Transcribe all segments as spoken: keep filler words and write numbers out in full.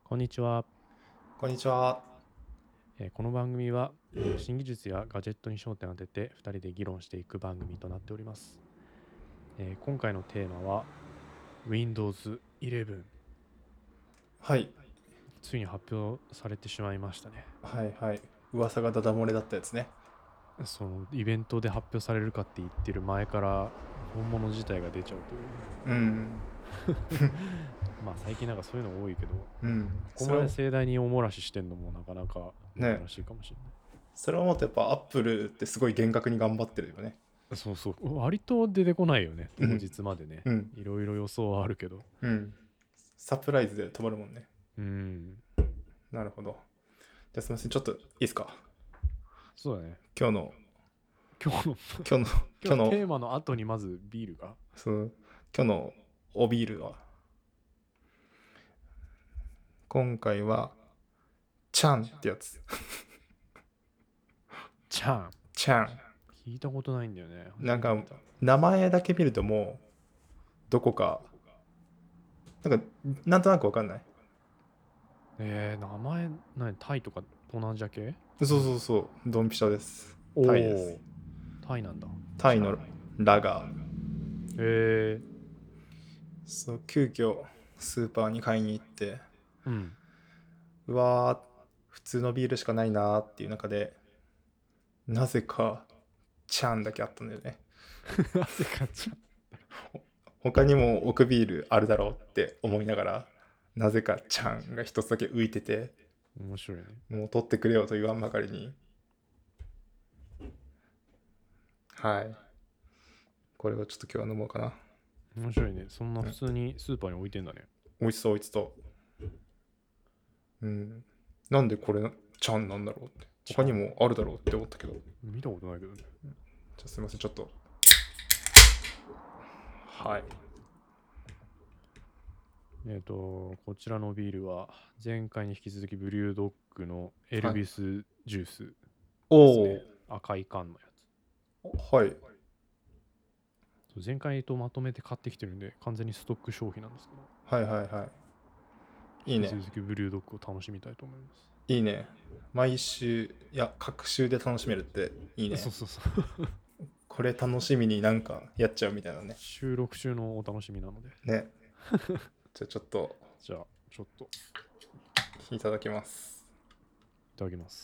こんにちは。 こんにちは。 えーこの番組は、えー新技術やガジェットに焦点を当ててふたりで議論していく番組となっております。えー今回のテーマは Windows イレブン。 はい。 ついに発表されてしまいましたね。 はいはい。噂がダダ漏れだったやつね。 そのイベントで発表されるかって言ってる前から本物自体が出ちゃうといううん。 ね。まあ最近なんかそういうの多いけど、 うん。 ここそれをまで盛大におもらししてんのもなかなかね、 珍しいかもしれない。 それを思うとやっぱアップルってすごい厳格に頑張ってるよね。 そうそう、割と出てこないよね、当うん。 日までね。 うん。 いろいろ予想はあるけど。 うん。サプライズで止まるもんね。 うん。 なるほど。じゃあすみません。ちょっといいですか。 そうだね。 今日の、 今日の今日の、 今日今日の、 テーマの後にまずビールが。 その、今日のおビールは、今回は、チャンってやつ。 チャン。 チャン。 聞いたことないんだよね。初なんか、 めて見た。 名前だけ見るともう、どこか、なんか、なんとなくわかんない。 えー、名前、何タイとか東南アジア系？ そうそうそう、ドンピシャです。 おタイです。 おー、タイなんだ。チャン。 タイのラガー。 えそう、急遽スーパーに買いに行って、 ー、うん。 うわー、普通のビールしかないなーっていう中で、なぜか、チャンだけあったんだよね。 なぜかチャン。 他にも奥ビールあるだろうって思いながら、なぜかチャンが一つだけ浮いてて、 面白いね。 もう取ってくれよと言わんばかりに、はい。これをちょっと今日は飲もうかな。 面白いね。そんなうん、 普通にスーパーに置いてんだね。 美味しそう、美味しそう。うん。なんでこれ、チャンなんだろうって。他にチャン。 もあるだろうって思ったけど。 見たことないけどね。 じゃあすいません、ちょっと。はい。 えっ、と、こちらのビールは前回に引き続きブリュードッグのエルはい。 ビスジュースおですね。 お。 赤い缶のやはい。 つ。前回とまとめて買ってきてるんで、完全にストック消費なんですけど、 はいはいはい。いいね。 引き続きブリュードッグを楽しみたいと思います。 いいね。毎週、いや、各週で楽しめるっていいね。 そうそうそう。 これ楽しみになんかやっちゃうみたいなね。 収録中のお楽しみなので。 ね。じゃあちょっと、 じゃあ、ちょっといただきます。 いただきます。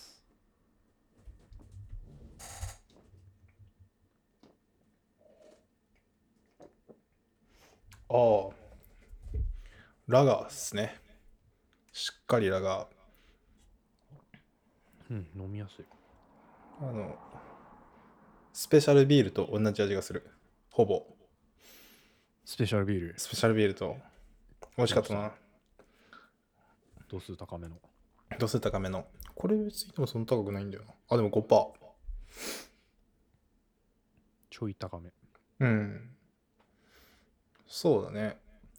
ああ、ラガーっすね。しっかりラガー。 うん、飲みやすい。 あの、スペシャルビールと同じ味がする。ほぼ。 スペシャルビール。 スペシャルビールと美味しかった来ましな。 度数高めの。 度数高めの。これ別にでもそんな高くないんだよな。あ、でもごパーセント。 ちょい高め。 うん。そうだね。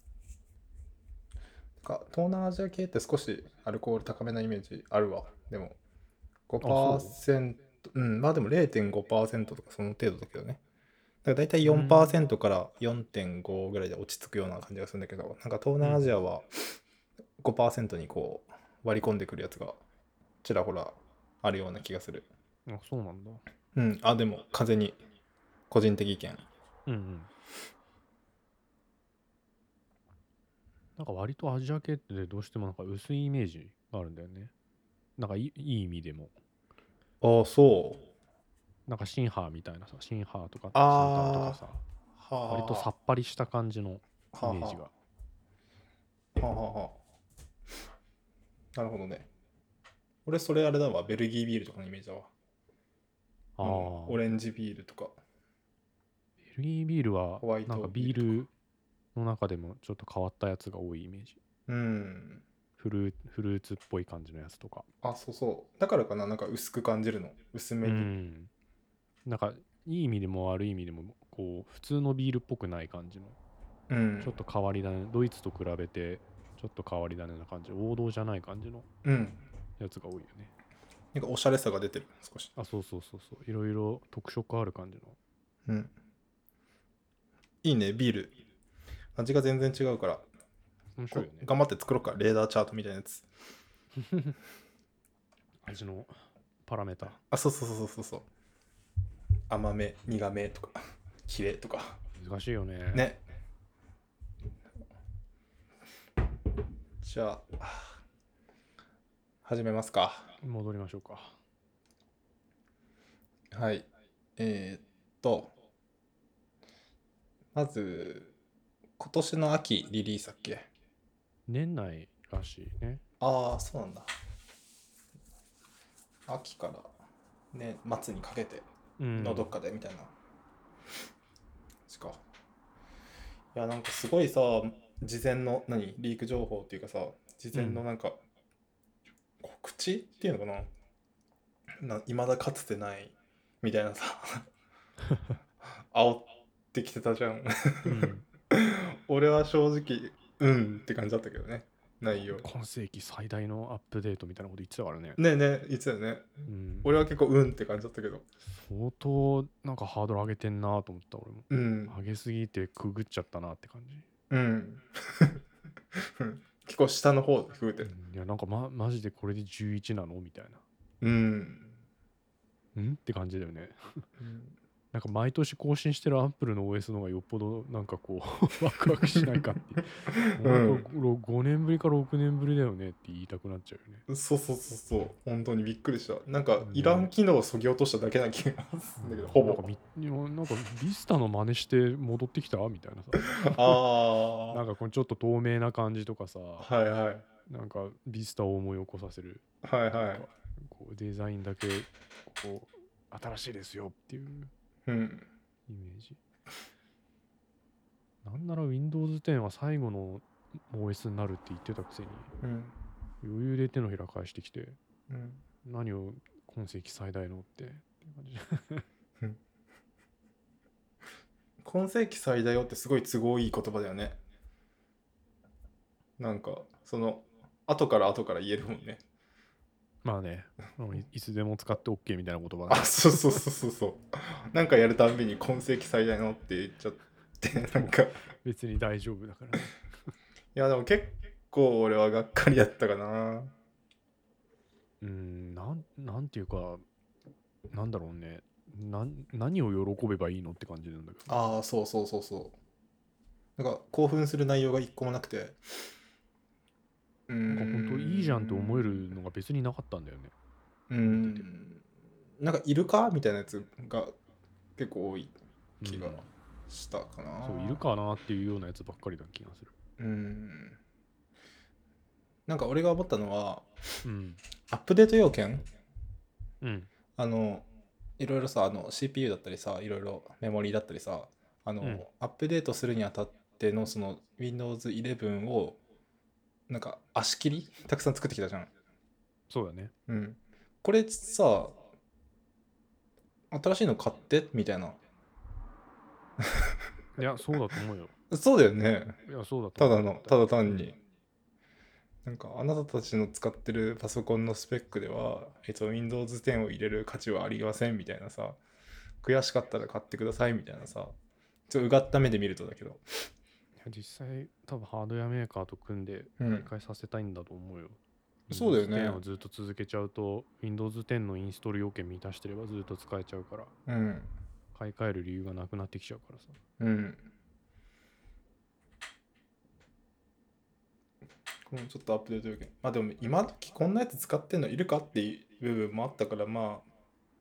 か東南アジア系って少しアルコール高めなイメージあるわ。でもあ、そう？ ごパーセント、うん、まあでもれいてんごパーセントとかその程度だけどね。だから大体うーん。 よんパーセントからよんてんごぐらいで落ち着くような感じがするんだけど、なんか東うん。 南アジアはごパーセントにこう割り込んでくるやつがちらほらあるような気がする。 あ、そうなんだ。 うん、あ、でも風に個人的意見。 うんうん。なんか割とアジア系ってどうしてもなんか薄いイメージがあるんだよね。なんかいいいい意味でも。 ああ、そう。 なんかシンハーみたいなさ、シンハーとかチンタオとかあさ、 あ、はあ割とさはっぱりした感じのあはあはイメージが。 あはあはあはあ。なるほどね。俺それあれだわ、ベルギービールとかのイメージだわ。 ああの、オレあ。 ンジビールとか、 ベルギービールはホワイなんかトビールとか。 ビールの中でもちょっと変わったやつが多いイメージ。 うん。 フルー、フルーツっぽい感じのやつとか。 あ、そうそう。だからかな、なんか薄く感じるの。薄うめに。 ん。なんかいい意味でも悪い意味でもこう普通のビールっぽくない感じのうん。 ちょっと変わり種、ドイツと比べてちょっと変わり種な感じ、王道じゃない感じのうん。 やつが多いよね。 なんかおしゃれさが出てる、少し。 あ、そうそうそうそう。いろいろ特色ある感じの。 うん。いいね、ビール。味が全然違うから、 面白いよね。 頑張って作ろうか、レーダーチャートみたいなやつ。 味のパラメータ。 あ、そうそうそうそうそう。甘め、苦めとか、キレとか。 難しいよね。 ね。じゃあ、始めますか。 戻りましょうか。 はい。えー、っと、まず、今年の秋リリースだっけ？ 年内らしいね。 ああ、そうなんだ。秋からね、末にかけてのどっかでみたいな。しか。いや、なんかすごいさ、事前の何リーク情報っていうかさ、事前のなんか、告知っていうのかな、ないまだかつてないみたいなさ、煽ってきてたじゃん。 うん、 俺は正直、うんって感じだったけどね、内容。 今世紀最大のアップデートみたいなこと言ってたからね。 ねえねえ、いつだよね。 うん、 俺は結構うんって感じだったけど。 相当なんかハードル上げてんなと思った俺も。 うん。 上げすぎてくぐっちゃったなって感じ。 うん。結構下の方で増えてる。 いやなんかまマジでこれでじゅういちなのみたいな。 うん。 んって感じだよね。 うんなんか毎年更新してるアップルの オーエス の方がよっぽどなんかこうワクワクしないかっていう。 うんなんかごねんぶりかろくねんぶりだよねって言いたくなっちゃうよね。 そうそうそうそう。本当にびっくりした。なんかねいらん機能を削ぎ落としただけな気がするんだけど、ほぼ。 なんかみなんかビスタの真似して戻ってきたみたいなさ。 ああ。 なんかこのちょっと透明な感じとかさ、 はいはい。 なんかビスタを思い起こさせる。 はいはい。 こうデザインだけこう新しいですよっていううん。 イメージ。なんなら ウィンドウズテンは最後の オーエス になるって言ってたくせに、 うん。 余裕で手のひら返してきて、 うん。 何を今世紀最大のってって感じ。 今世紀最大よってすごい都合いい言葉だよね。なんか、その、後から後から言えるもんね。 まあね、いつでも使って OK みたいな言葉あ、 だ、ね。 そうそうそうそうそう。なんかやるたんびに今世紀最大のって言っちゃって、なんか。 別に大丈夫だからね。 いや、でも結構俺はがっかりだったかな。 うーん、なん、なんていうか、なんだろうね。な何を喜べばいいのって感じなんだけど。 ああ、そうそうそうそう。なんか興奮する内容が一個もなくて。うーん。 なんか本当いいじゃんって思えるのが別になかったんだよね。 うーん。なんかいるかみたいなやつが結構多い気がしたかな。 うん、そう、いるかなっていうようなやつばっかりだ気がする。 うーん。なんか俺が思ったのは、 うん。 アップデート要件、 うん。 あの、いろいろさ、あの シーピーユー だったりさ、いろいろメモリーだったりさ、あの、 うん、 アップデートするにあたってのその ウィンドウズイレブン をなんか足切りたくさん作ってきたじゃん。 そうだね。 うん。これさ、新しいの買ってみたいな。 いや、そうだと思うよ。 そうだよね。 いや、そうだとた思う。 だの、ただ単に。なんかあなたたちの使ってるパソコンのスペックでは、えっと、ウィンドウズテンを入れる価値はありませんみたいなさ、悔しかったら買ってくださいみたいなさ、ちょっとうがった目で見るとだけど。 いや実際、多分ハードウェアメーカーと組んでうん買い替えさせたいんだと思うよ。 そうだよねウィンドウズテン をずっと続けちゃうと、ウィンドウズテン のインストール要件満たしてればずっと使えちゃうから、 うん買い替える理由がなくなってきちゃうからさ。 うんこのちょっとアップデート要件、まあでも今時こんなやつ使ってんのいるかっていう部分もあったから、まあ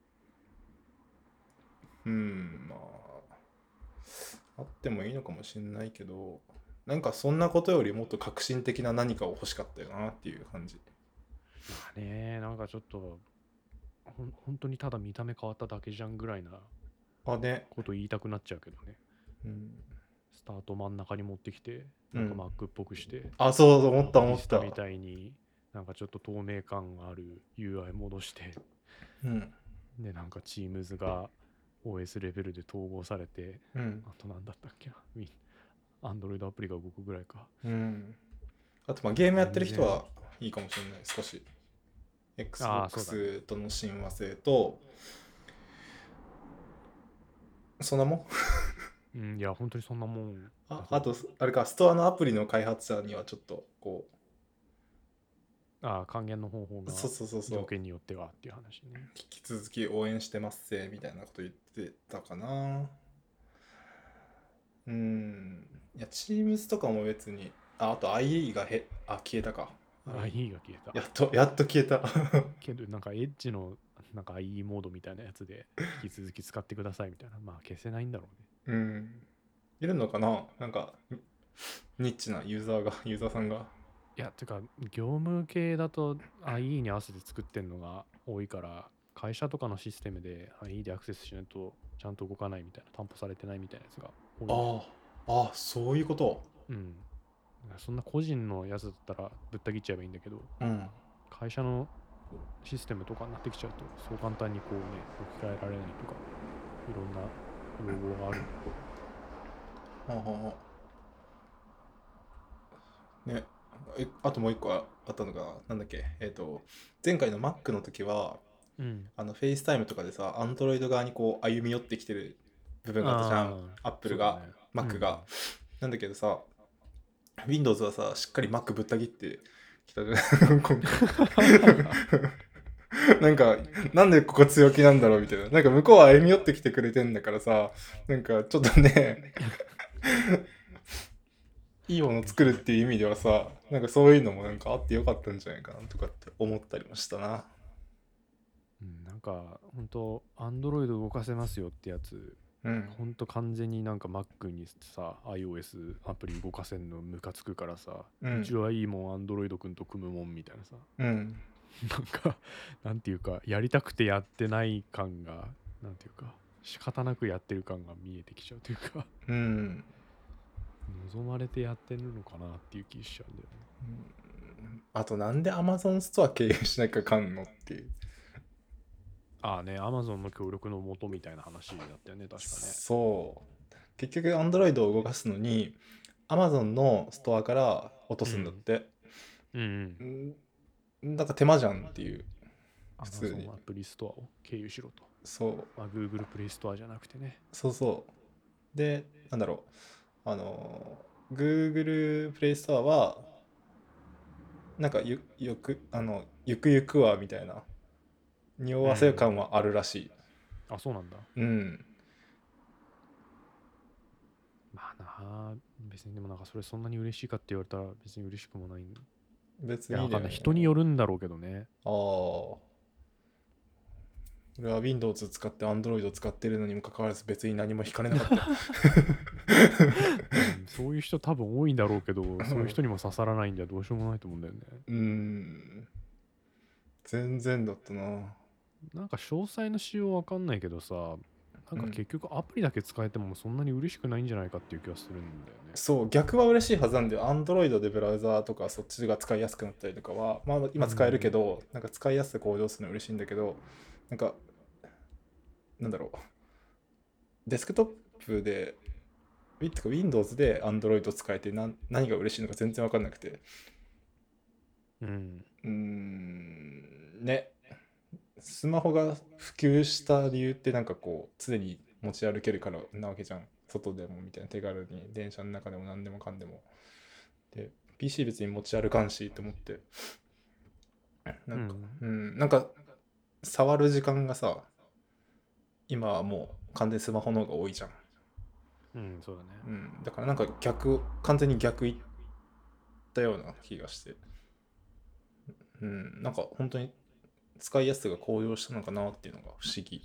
うんまああってもいいのかもしれないけど、なんかそんなことよりもっと革新的な何かを欲しかったよなっていう感じ。 まあね、なんかちょっと、ほん本当にただ見た目変わっただけじゃんぐらいなあねこと言いたくなっちゃうけどね。 うんスタート真ん中に持ってきて、なんか Mac っぽくして、 あそうそう思った思ったビスタみたいになんかちょっと透明感がある ユーアイ 戻して、 うんで、なんか Teams が オーエス レベルで統合されて、 うんあとなんだったっけな、Android アプリが動くぐらいか。 うんあとまあゲームやってる人はいいかもしれない、少し Xbox との親和性とそんなもんうん、いや、本当にそんなもんあだとあと、あれか、ストアのアプリの開発者にはちょっと、こああ、還元の方法う、 がそうそうそうそう、 条件によってはっていう話ね。 引き続き応援してますぜ、みたいなこと言ってたかな。うん。いや、Teams とかも別に、あ、あと アイイー がへ、あ、消えたか。 あ、 アイイーいいが消えた。 やっと、やっと消えた。 けど、なんかエッジのなんか アイイー モードみたいなやつで引き続き使ってくださいみたいな。まあ消せないんだろうね。 うん。いるのかななんか、ニッチなユーザーが、ユーザーさんが。 いや、てか、業務系だと アイイー に合わせて作ってんのが多いから、会社とかのシステムで アイイー でアクセスしないとちゃんと動かないみたいな、担保されてないみたいなやつが多いんだよ。 ああ、あ、そういうこと。 うん。そんな個人のやつだったらぶった切っちゃえばいいんだけど、 うん。 会社のシステムとかになってきちゃうと、そう簡単にこうね、置き換えられないとか、いろんな要望があるんだよ。 はあはあね。えあともう一個あったのが、なんだっけ、えっと、前回の Mac の時は、 うん。 あの、FaceTime とかでさ、Android 側にこう歩み寄ってきてる部分があったじゃん。 ああ、 Apple が、 そうだね。う Mac が。 ん。 なんだけどさ、Windows はさ、しっかり Mac ぶった切ってきたじゃん、今回。なんか、なんでここ強気なんだろうみたいな。なんか向こうは歩み寄ってきてくれてんだからさ、なんかちょっとね、いいものを作るっていう意味ではさ、なんかそういうのもなんかあってよかったんじゃないかなとかって思ったりもしたな。 うん、なんか、本当 Android 動かせますよってやつ、 うん。 本当完全になんか Mac にさ、iOS アプリ動かせんのムカつくからさ、 う。 うんちはいいもん Android 君と組むもんみたいなさ、 うん。 なんか、なんていうか、やりたくてやってない感が、なんていうか、仕方なくやってる感が見えてきちゃうというか、 うん。 望まれてやってるのかなっていう気しちゃうんだよね。 あとなんで Amazon ストア経由しなきゃあかんのっていう。 ああね、Amazon の協力のもとみたいな話だったよね、確かね。 そう。結局 Android を動かすのに Amazon のストアから落とすんだっうん。 て。 うんうん。 んなんか手間じゃんっていう。普通 Amazon に。 アプリストアを経由しろと。 そう。 まあ、Google プレイストアじゃなくてね。 そうそう。で、なんだろう。あの、Google プレイストアはなんかゆよくあのゆくゆくはみたいな匂わせうん。 感はあるらしい。 あ、そうなんだ。 うん。 まあなあ、別にでもなんかそれそんなに嬉しいかって言われたら別に嬉しくもない。いや、 別にだよわかんない。人によね。 るんだろうけどね。 ああ。俺は Windows 使って Android 使ってるのにもかかわらず別に何も惹かれなかったよ。 うん、そういう人多分多いんだろうけど、そういう人にも刺さらないんじゃどうしようもないと思うんだよね。 うーん。全然だったな。 なんか詳細の仕様わかんないけどさ、なんかうん。 結局アプリだけ使えてもそんなに嬉しくないんじゃないかっていう気がするんだよね。 そう、逆は嬉しいはずなんだよ。Android でブラウザーとかそっちが使いやすくなったりとかは、まあ今使えるけうんど、なんか使いやすさ向上するの嬉しいんだけど、なんか、なんだろう。デスクトップで、Win- てか Windows で Android 使えて何何が嬉しいのか全然わかんなくて。 うんうーん、ね。スマホが普及した理由ってなんかこう、常に持ち歩けるからなわけじゃん。外でもみたいな手軽に、電車の中でも何でもかんでも。で、ピーシー 別に持ち歩かんしと思って。なんか、 うんうん、なんか、触る時間がさ、今はもう完全にスマホの方が多いじゃん。 うん、そうだね。 うん、だからなんか逆、完全に逆いったような気がして。うん、なんか本当に使いやすさが向上したのかなっていうのが不思議。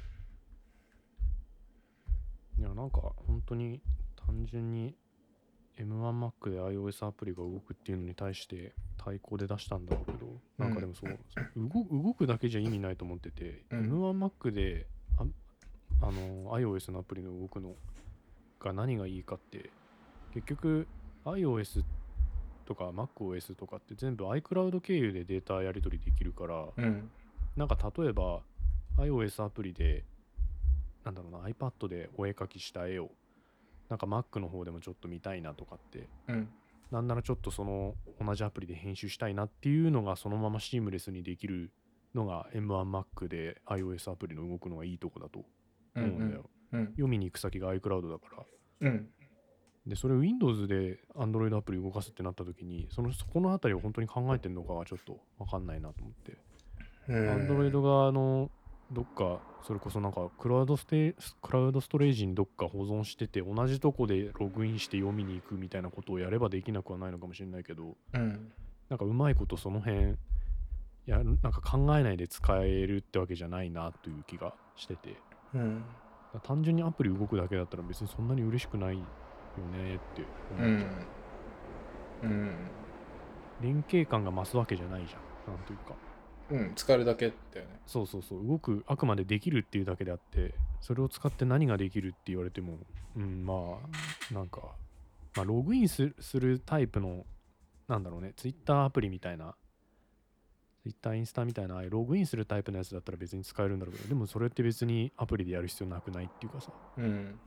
いや、なんか本当に単純に エムワン Mac で iOS アプリが動くっていうのに対して対抗で出したんだろうけど、 うんなんかでもそう、動動くだけじゃ意味ないと思ってて、 うんエムワン Mac でああの iOS のアプリの動くのが何がいいかって、結局 iOS とか MacOS とかって全部 iCloud 経由でデータやり取りできるから、 うんなんか例えば iOS アプリでなんだろうな iPad でお絵描きした絵をなんか Mac の方でもちょっと見たいなとかって、 うんなんならちょっとその同じアプリで編集したいなっていうのがそのままシームレスにできるのが エムワン Mac で iOS アプリの動くのがいいとこだとうんうん思うんだよ。 うん読みに行く先が iCloud だから、 うん。 で、それ Windows で Android アプリ動かすってなった時に、そのそこのあたりを本当に考えてるのかはちょっとわかんないなと思って。 うん。 Android 側のどっか、それこそなんかクラウドステ、クラウドストレージにどっか保存してて、同じとこでログインして読みに行くみたいなことをやればできなくはないのかもしれないけど、 うん。 なんかうまいことその辺、やなんか考えないで使えるってわけじゃないなという気がしてて、 うん。 単純にアプリ動くだけだったら別にそんなに嬉しくないよねってう思っちゃう。 ん。うん。 連携感が増すわけじゃないじゃん。なんというか。 うん。使えるだけだよね。 そうそうそう。動く、あくまでできるっていうだけであって、それを使って何ができるって言われても、うん、まあ、なんか、まあ、ログインするタイプの、なんだろうね、Twitter アプリみたいな、Twitter、インスタみたいな、ああいうログインするタイプのやつだったら別に使えるんだろうけど、でもそれって別にアプリでやる必要なくないっていうかさ、 うん。 よ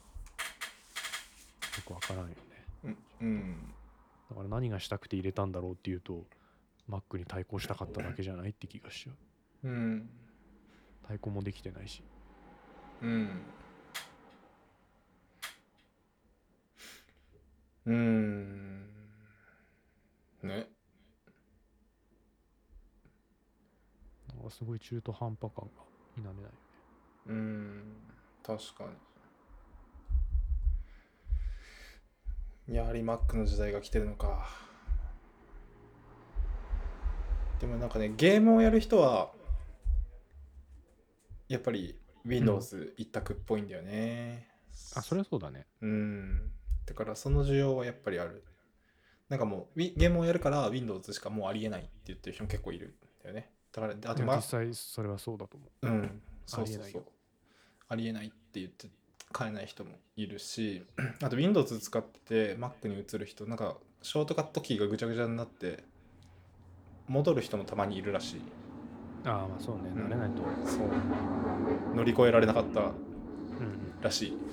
くわからんよね。 うん。うん。 だから何がしたくて入れたんだろうっていうと、Mac に対抗したかっただけじゃないって気がしちゃう。 うん。 対抗もできてないし。 うん。うん。ね。 なんかすごい中途半端感が否めないよね。 うん。確かに。やはり Mac の時代が来てるのか。でもなんかね、ゲームをやる人は、やっぱり Windows 一択っぽいんだよね。 あ、それはそうだね。 うん。だからその需要はやっぱりある。なんかもう、ウィゲームをやるから Windows しかもうありえないって言ってる人も結構いるんだよね。だから、あとま、 いや実際それはそうだと思う。 うん、そうそうそう。 ありえないよ。 ありえないって言って買えない人もいるし、あと Windows 使ってて Mac に移る人、なんかショートカットキーがぐちゃぐちゃになって戻る人もたまにいるらしい。 ああ、まあそうね、 うん慣れないと。 そう乗り越えられなかったうんうん。 らしい。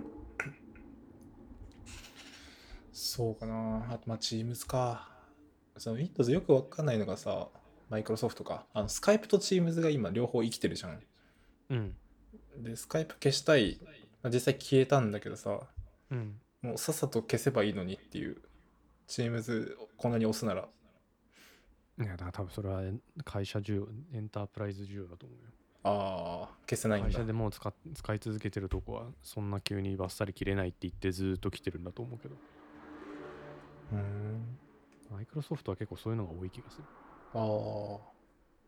そうかな。あとまあ Teams か。その Windows よくわかんないのがさ、マイクロソフトか。あの、スカイプと Teams が今両方生きてるじゃん。 うん。 で、スカイプ消したい。まあ実際消えたんだけどさ、 うん。 もうさっさと消せばいいのにっていう。Teams こんなに押すなら。 いや、だから多分それは会社需要、エンタープライズ需要だと思うよ。 ああ、消せないんだ。 会社でもう使っ使い続けてるとこは、そんな急にバッサリ切れないって言ってずーっと来てるんだと思うけど、 うーん。 マイクロソフトは結構そういうのが多い気がする。 ああ。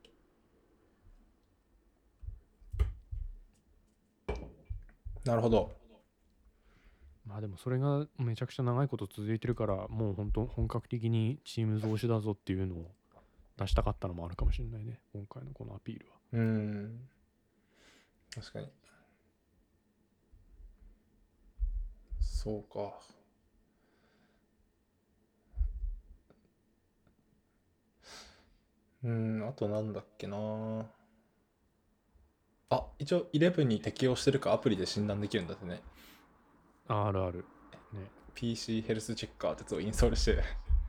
なるほど。 まあでもそれがめちゃくちゃ長いこと続いてるから、もう本当本格的にチーム増しだぞっていうのを出したかったのもあるかもしれないね。今回のこのアピールは。 うーん。確かに。そうか。うーん、あとなんだっけな。あ、一応じゅういちに適用してるかアプリで診断できるんだってね。 あ、あるある。ね。 ピーシー ヘルスチェッカーってやつをインストールして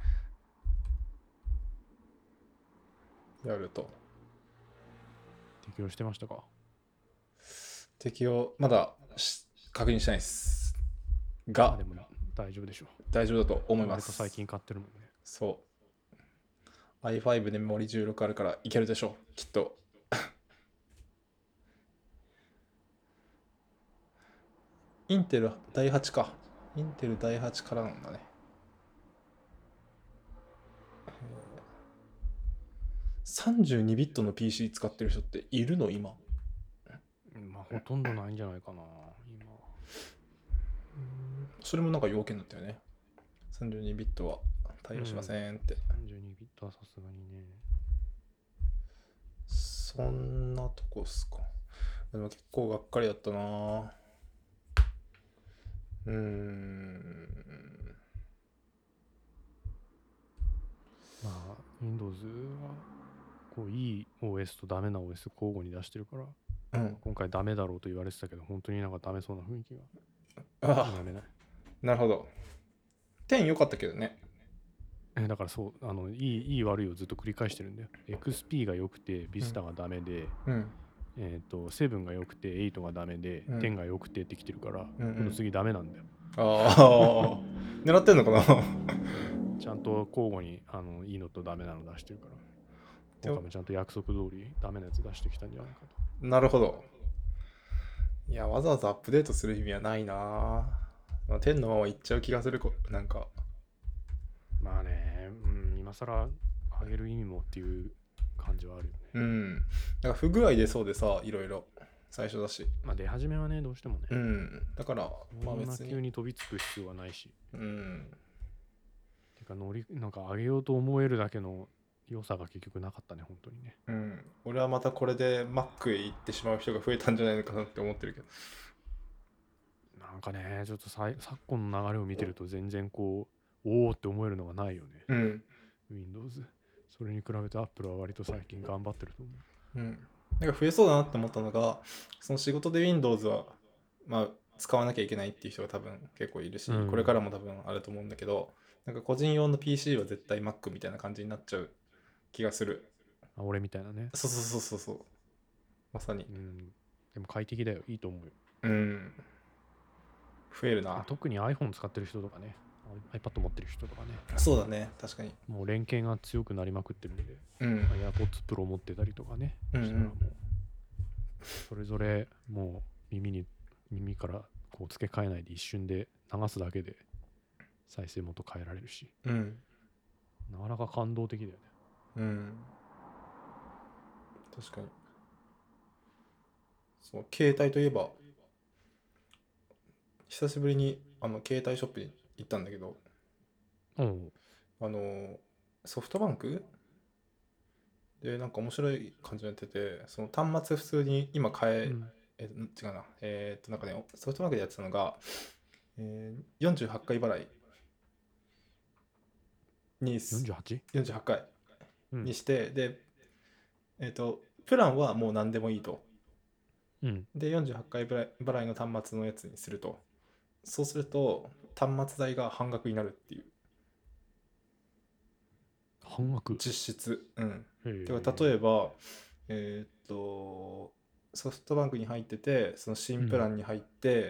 やると。 適用してましたか？ 適用、まだし確認してないです。 あ、 がで、も大丈夫でしょ大丈夫だと思う。 います。 割と最近買ってるもんね。 そう。アイファイブ でメモリじゅうろくあるからいけるでしょう。きっと。インテルだいはちか。インテルだいはちからなんだね。さんじゅうにビットの ピーシー 使ってる人っているの今？ まあほとんどないんじゃないかな、今。 それもなんか要件だったよね。さんじゅうにビットは対応しませんって。 さんじゅうにビットはさすがにね。 そんなとこっすか。でも結構がっかりだったな。うーん。 まあ、Windows はこういい オーエス とダメな オーエス 交互に出してるから、 うん。 今回ダメだろうと言われてたけど、本当になんかダメそうな雰囲気があ否めない。 あ、なるほど。じゅう良かったけどね。 えだからそう、あのいいいい悪いをずっと繰り返してるんだよ。エックスピー が良くて、Vista がダメで、 うん。 えっ、と、セブンが良くて、エイトがダメで、 うんテンが良くてってきてるから、 うんうん今度次ダメなんだよ。 ああ狙ってんのかなちゃんと交互にあのいいのとダメなの出してるから、今回もちゃんと約束通りダメなやつ出してきたんじゃないかと。 なるほど。いや、わざわざアップデートする意味はないな。まあ、天のままいっちゃう気がするこ、なんか。 まあね、うん、今更上げる意味もっていう感じはあるよね。 うん。なんか不具合出そうでさ、いろいろ。最初だし。 まあ出始めはね、どうしてもね。 うん。だから、まあこんな別に。 急に飛びつく必要はないし。 うん。 てか乗り、なんか上げようと思えるだけの良さが結局なかったね、本当にね。 うん。俺はまたこれで Mac へ行ってしまう人が増えたんじゃないのかなって思ってるけど。 なんかね、ちょっとさい昨今の流れを見てると全然こう、おおって思えるのがないよね。 うん。 Windows。それに比べて Apple は割と最近頑張ってると思う。 うん。なんか増えそうだなって思ったのが、その仕事で Windows は、まあ、使わなきゃいけないっていう人が多分結構いるし、 うんこれからも多分あると思うんだけど、なんか個人用の ピーシー は絶対 Mac みたいな感じになっちゃう気がする。 あ、俺みたいなね。 そうそうそうそうそう。まさにう。ん。でも快適だよ。いいと思うよ。 うん。増えるな。 特に iPhone 使ってる人とかね、iPad 持ってる人とかね、 そうだね。確かに。 もう連携が強くなりまくってるんで、 うん。 まあ AirPods Pro 持ってたりとかね、 うんうんしたらもう、それぞれもう耳に、耳からこう付け替えないで一瞬で流すだけで再生元変えられるし、 うん。 なかなか感動的だよね。 うん。確かに。その携帯といえば、久しぶりにあの携帯ショップに行ったんだけど、 うん。 あのソフトバンクでなんか面白い感じになってて、その端末普通に今買え、 うん、 え違うな、えーっとなんかね、ソフトバンクでやってたのが、えー、よんじゅうはちかい払いによんじゅうはち？ よんじゅうはちかいうん。 にして、で、えーっとプランはもう何でもいいと。 うん。 で、よんじゅうはちかい払い払いの端末のやつにすると。そうすると端末代が半額になるっていう。 半額。 実質。うん。 へだから例えば、えーっと、ソフトバンクに入ってて、その新プランに入って、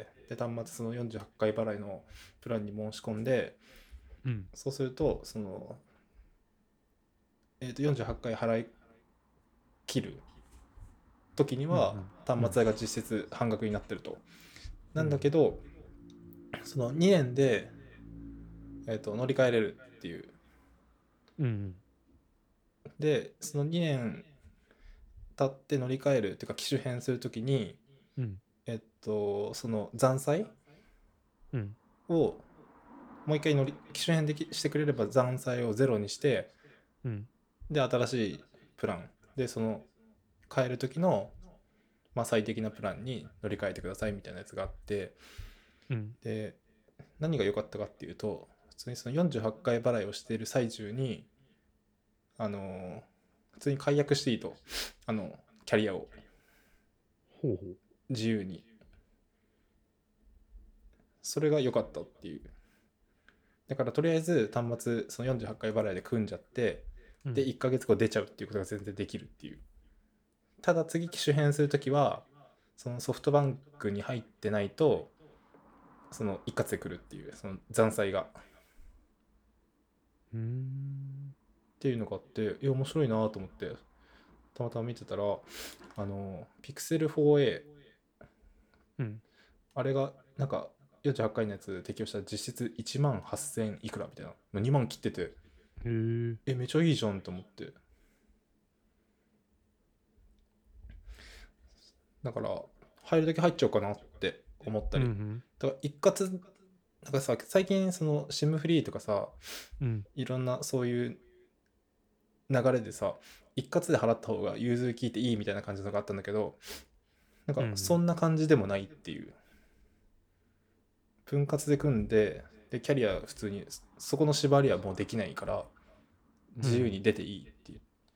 で、端末そのよんじゅうはちかい払いのプランに申し込んで、 うん。 そうすると、その、えーっと、よんじゅうはちかい払い切る時にうん。 は、端末代が実質半額になってると。なんだけど、そのにねんで、えーっと、乗り換えれるっていう。 うん。うん。 で、そのにねん経って乗り換えるっていうか機種変するときに、 うん。 えっとその残債うん。 をもう一回乗り機種変できしてくれれば残債をゼロにして、 うん。 で新しいプランでその変える時の、まあ、最適なプランに乗り換えてくださいみたいなやつがあって、 うん。 で何が良かったかっていうと、普通にそのよんじゅうはちかい払いをしている最中にあの普通に解約していいと、あのキャリアをほうほう。 自由に。それが良かったっていう。だからとりあえず端末そのよんじゅうはちかい払いで組んじゃって、 うん。 でいっかげつご出ちゃうっていうことが全然できるっていう。ただ次機種変するときはそのソフトバンクに入ってないとその一括で来るっていう、その残債がっうーん。 ていうのがあって、いや面白いなと思ってたまたま見てたら、あの Pixel フォーエー、 うん。 あれがなんかよんじゅうはちかいのやつ適用したら実質いちまんはっせんいくらみたいな、にまん切ってて、 へえ。 えめちゃいいじゃんと思って。だから入るだけ入っちゃおうかなって思ったり、 うん。 だから一括なんかさ、最近その シム フリーとかさ、 うん。 いろんなそういう流れでさ、一括で払った方が融通聞いていいみたいな感じのがあったんだけど、なんかそんな感じでもないっていう。分割で組んで、でキャリア普通にそこの縛りはもうできないから自由に出ていいっていう、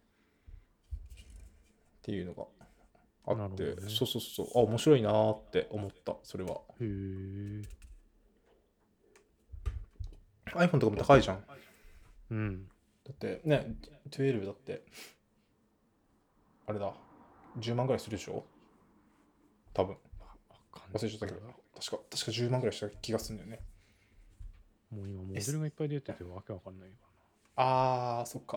っていうのがあって、 ね、 そうそうそう、あ面白いなーって思った。それはへえ。 iPhone とかも高いじゃん。 うん。 だってね、じゅうにだってあれだ、じゅうまんぐらいするでしょ多分。忘れちゃったけど、確か確かじゅうまんぐらいした気がするんだよね。 もう今モデルがいっぱい出ててわけわかんないかあーそっか。 な。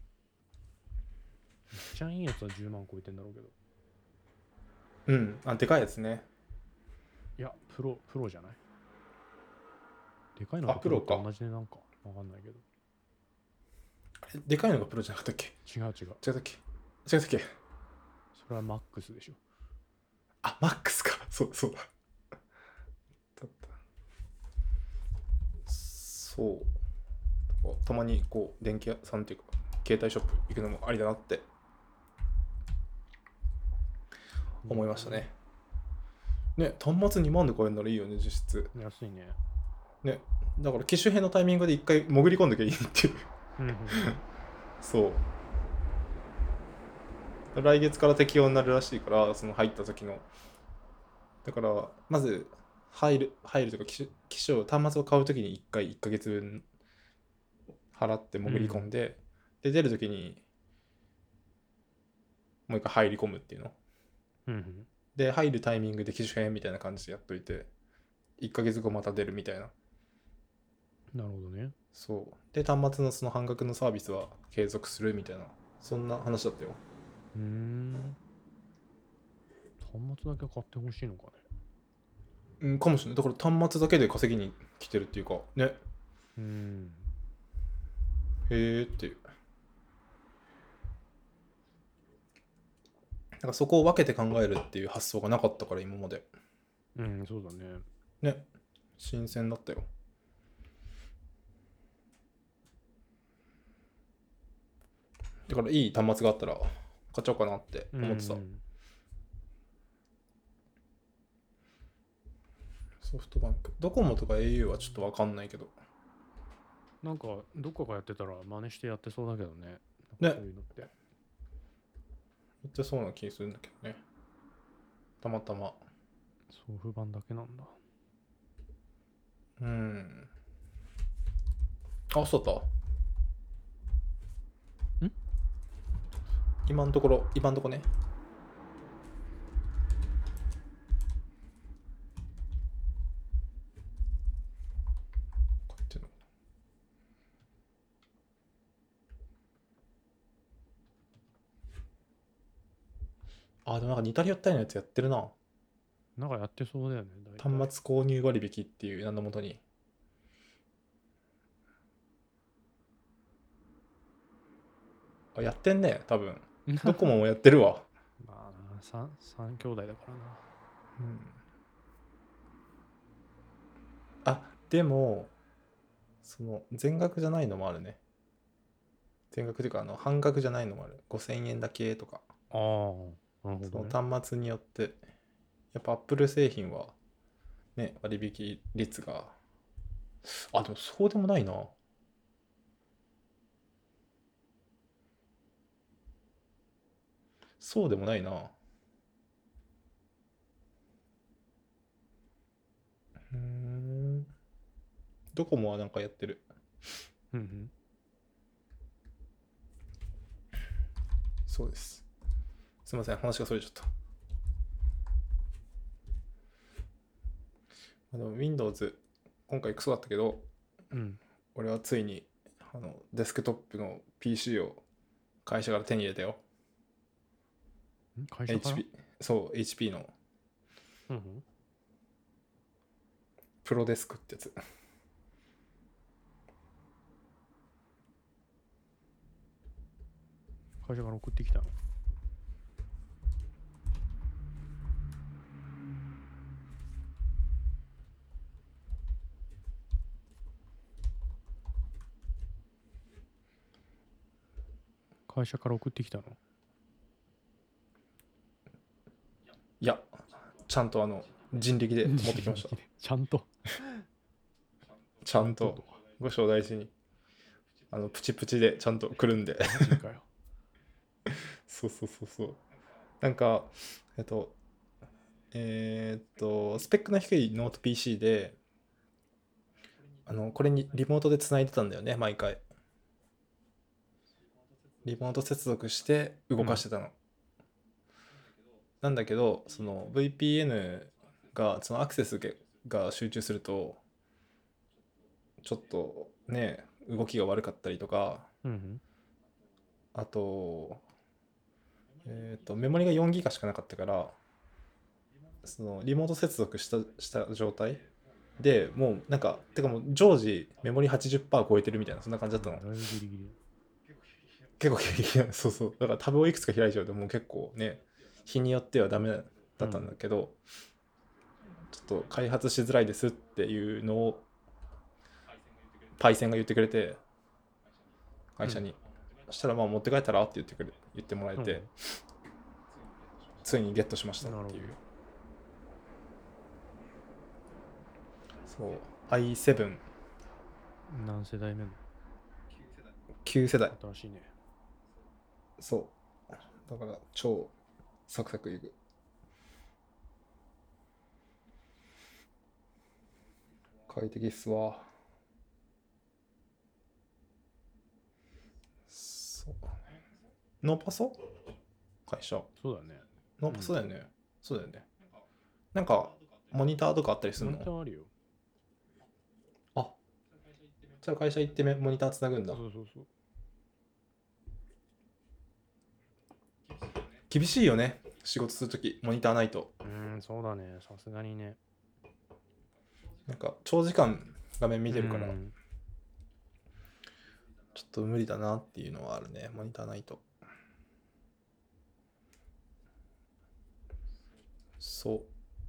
めっちゃいいやつはじゅうまん超えてんだろうけど。 うんあでかいやつね。 いや、プロ、プロじゃない。でかいのとあプロかと同じでなんかわかんないけど。 えでかいのがプロじゃなかったっけ。 違う違う。 違ったっけ違ったっけ。 それはマックスでしょ。 あマックスか。そうそうだだったそうたまにこう電気屋さんっていうか携帯ショップ行くのもありだなって思いましたね。ね端末にまんで買えるならいいよね実質安いね。 ね。だから機種変のタイミングで一回潜り込んできゃいいっていううんうんそう来月から適用になるらしいからその入った時のだからまず入る入るとか機種機種を端末を買う時にいっかいいっかげつぶん払って潜り込んで、で出る時にもう一回入り込むっていうのうんうんで入るタイミングで機種変みたいな感じでやっといていっかげつごまた出るみたいな。 なるほどね。 そうで端末のその半額のサービスは継続するみたいなそんな話だったよ。 うーん。端末だけ買ってほしいのかね。 うんかもしれない。だから端末だけで稼ぎに来てるっていうかね。 うーん。 へえっていう。なんかそこを分けて考えるっていう発想がなかったから今まで。 うん、そうだね。 ね。新鮮だったよ。だからいい端末があったら買っちゃおうかなって思ってた。 うんうんソフトバンク。ドコモとか エーユー はちょっと分かんないけど。 なんか、どっかがやってたら真似してやってそうだけどね。 ねなんかそういうのって。 言ってそうな気するんだけどね。たまたま。 送付版だけなんだ。 うん。あ、そうだった。 ん今のところ、今のところね。こうやってんのあ、でもなんか似たり寄ったようなやつやってるな。 なんかやってそうだよね。大体端末購入割引っていう名のもとに。あ、やってんね、多分。ドコモもやってるわ。 まあな、三三兄弟だからな。 うん。あ、でも、その全額じゃないのもあるね。全額というか、あの半額じゃないのもある。ごせんえんだけとか。 ああ、なるほそどね。 の端末によって、やっぱ Apple 製品はね、割引率が、あ、でもそうでもないな。そうでもないな。うーん。ドコモはなんかやってる。 うんうん。 そうです。すいません、話がそれちゃった。あの Windows、今回クソだったけど、 うん。 俺はついにあのデスクトップの ピーシー を会社から手に入れたよ。 ん会社からエイチピー、そう、エイチピー のうんうん。 プロデスクってやつ。 会社から送ってきたの。会社から送ってきたの。 いや、ちゃんとあの人力で持ってきました。 ちゃんと。 ちゃんとご承大事に。あのプチプチでちゃんとくるんで。 マジかよ。 そうそうそうそう。なんか、えっと、えーっと、スペックの低いノート ピーシー で、あの、これにリモートで繋いでたんだよね、毎回。リモート接続して動かしてたの。なんだけど、その ブイピーエヌ が、そのアクセスが集中すると、 ちょっとね動きが悪かったりとか、 うん、 あとえっ、とメモリがよんギガしかなかったから、そのリモート接続したした状態でもうなんかてかもう常時メモリ はちじゅっパーセント 超えてるみたいなそんな感じだったの。 だいぶギリギリ。 結構ギリギリそうそうだからタブをいくつか開いちゃうともう結構ね日によってはダメだったんだけど、うん、ちょっと開発しづらいですっていうのをパイセンが言ってくれて会社に、うん、そしたらまあ持って帰ったらって言ってくれ言ってもらえて、うん、ついにゲットしましたっていう。そう アイセブン何世代目のきゅう世代。 新しいね。 そうだから超サクサクいく。快適っすわ。そうだね。ノーパソ会社。 そうだね。 ノーパソだよね、うん、そうだよね。なんかモニターとかあったりするの？ モニターあるよ。 あ、じゃあ会社行ってモニターつなぐんだ。 そうそうそう。 厳しいよね仕事するときモニターないと。 うーんそうだねさすがにね。 なんか長時間画面見てるからちょっと無理だなっていうのはあるねモニターないと。そう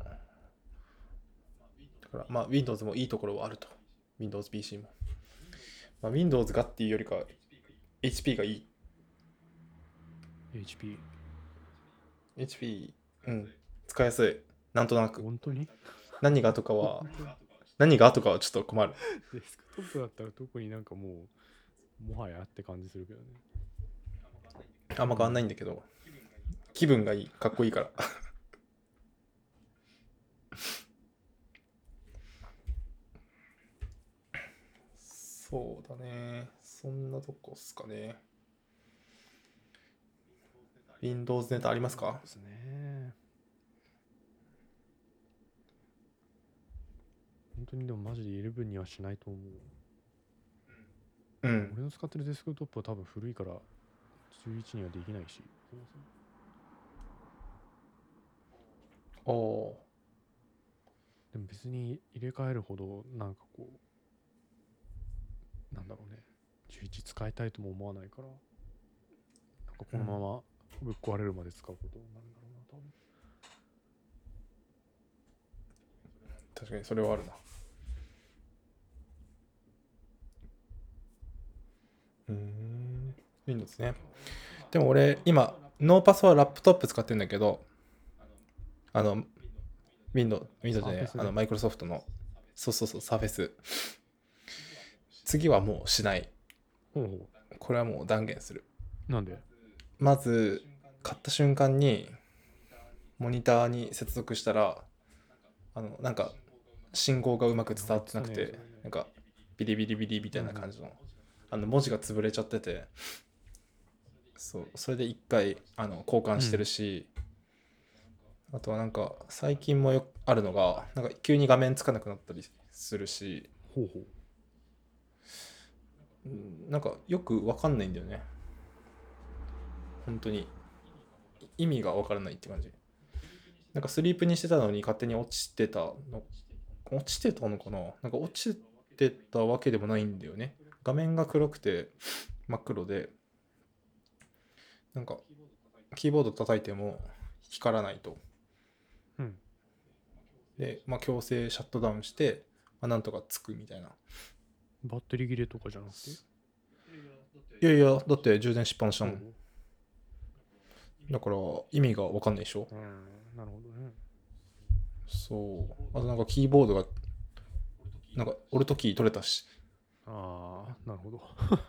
だからまあ Windows もいいところはあると Windows ピーシー も、まあ、Windows がっていうよりか エイチピー がいい。 エイチピーエイチピー うん使いやすい。なんとなく本当に何がとかは何がとかはちょっと困る。 デスクトップだったら特になんかもうもはやって感じするけどね。 あんま変わんないんだけど気分がいいかっこいいからそうだねそんなとこっすかね。 Windows ネタありますか？ ですね。本当にでもマジでじゅういちにはしないと思う。 うん。 俺の使ってるデスクトップは多分古いからじゅういちにはできないし。 おお。 でも別に入れ替えるほどなんかこうなんだろうねじゅういち使いたいとも思わないからなんかこのままぶっ壊れるまで使うことになるんだろうな多分。 確かにそれはあるな。うーん Windows ね。でも俺今ノーパスはラップトップ使ってるんだけどあの Windows Windows じゃねあのマイクロソフトのそうそうそうサーフェス次はもうしない。 ほうほう。 これはもう断言する。 なんで？ まず買った瞬間にモニターに接続したらあのなんか信号がうまく伝わってなくてなんかビリビリビリみたいな感じのあの文字が潰れちゃっててそうそれで一回あの交換してるし、うん、あとはなんか最近もよくあるのがなんか急に画面つかなくなったりするしほうほうなんかよく分かんないんだよね本当に意味が分からないって感じ。なんかスリープにしてたのに勝手に落ちてたの落ちてたのかななんか落ちてたわけでもないんだよね。画面が黒くて真っ黒でなんかキーボード叩いても光らないと、 うん、 でまあ強制シャットダウンして、まあ、なんとかつくみたいな。 バッテリー切れとかじゃなくて？ いやいやだって充電しっぱなしだもん、うん、だから意味が分かんないでしょ。 うんなるほどね。 そうあとなんかキーボードがなんかオルトキー取れたし。 ああなるほど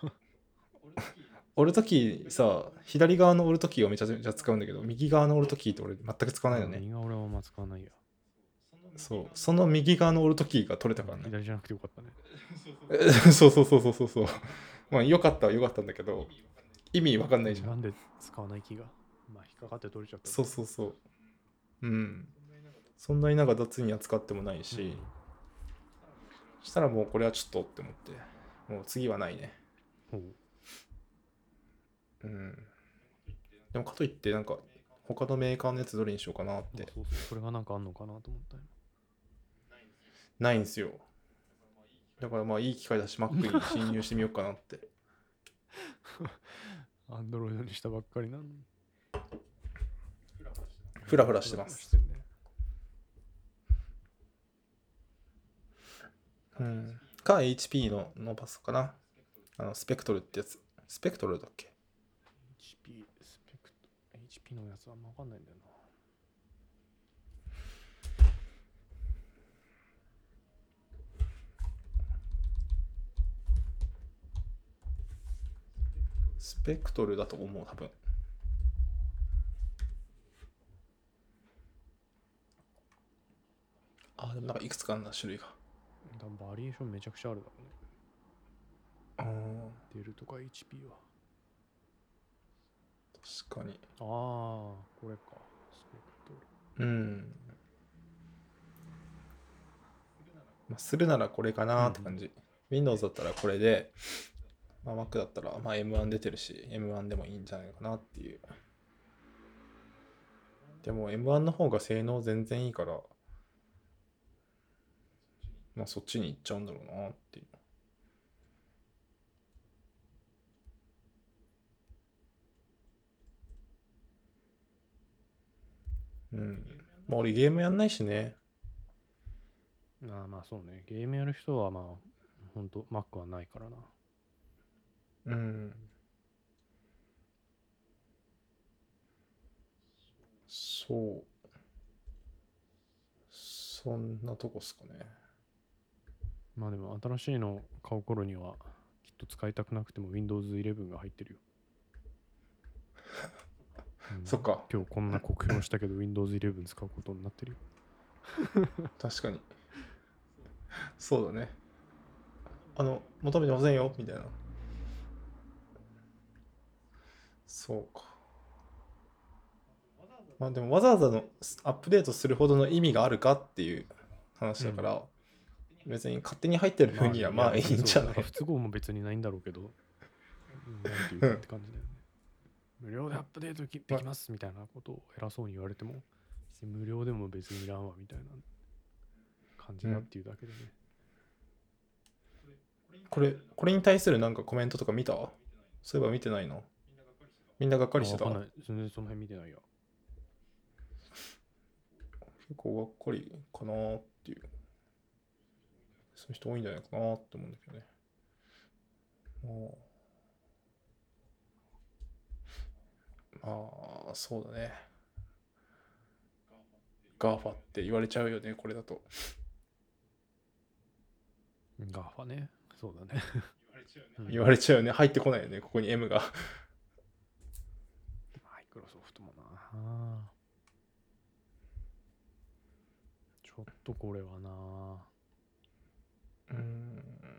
オルトキーさ左側のオルトキーをめちゃめちゃ使うんだけど右側のオルトキーって俺全く使わないよね。 右側俺はあんま使わないや。 そうその右側のオルトキーが取れたからね。 左じゃなくてよかったねそうそうそうそうそうそうまあよかったはよかったんだけど意味わかんないじゃん。 なんで使わない気がまあ引っかかって取れちゃった。 そうそうそううんそんなになんか雑に扱ってもないし、 そしたらもうこれはちょっとって思って、もう次はないね。 ほう。 うん。でもかといってなんか他のメーカーのやつどれにしようかなって。 そうそう、それがなんかあんのかなと思ったよ。 ないんですよ。だからまあいい機会だし Mac に侵入してみようかなって。 アンドロイドにしたばっかりなのに。 フラフラしてます。うん。か エイチピー のノバスかな。あのスペクトルってやつ。スペクトルだっけ？ エイチピー、スペクト、エイチピー のやつはわかんないんだよな。 スペクトルだと思う、多分。あ、でもなんかいくつかあるな、種類が。 バリエーションめちゃくちゃあるだろうね。 あデルとか エイチピー は。 確かに。 ああ、これか。スペクトル。うん。まあ、するならこれかなって感じ。うん、Windows だったらこれで、まあ、Mac だったらまあ エムワン 出てるし、エムワン でもいいんじゃないかなっていう。でも エムワン の方が性能全然いいから、まあそっちに行っちゃうんだろうなっていう。うん。まあ俺ゲームやんないしね。 ああまあそうね。ゲームやる人はまあ、ほんと Mac はないからな。 うん。そう。そんなとこっすかね。 まあでも新しいの買う頃にはきっと使いたくなくても Windows イレブンが入ってるよ。 うん、そっか。 今日こんな酷評したけど Windows イレブン使うことになってるよ。 確かに。そうだね。あの、求めてませんよみたいな。そうか。まあでもわざわざのアップデートするほどの意味があるかっていう話だから、うん、別に勝手に入ってる分にはまあいいんじゃない、 まあ、不都合も別にないんだろうけど、なんていうかって感じだよね。うん、無料でアップデートできますみたいなことを偉そうに言われても、無料でも別にいらんわみたいな感じだっていうだけでね。 うん、これ、これに対するなんかコメントとか見た？そういえば見てないの？みんながっかりしてた？ わかんない。全然その辺見てないや。 結構がっかりかなーっていう。そういう人多いんじゃないかなって思うんだけどね。まあ、まあ、そうだね。ガーファって言われちゃうよね、これだと。 ガーファね。そうだね。 言われちゃうよね。入ってこないよね、ここに M が。 マイクロソフトもな。ちょっとこれはな。 うーん。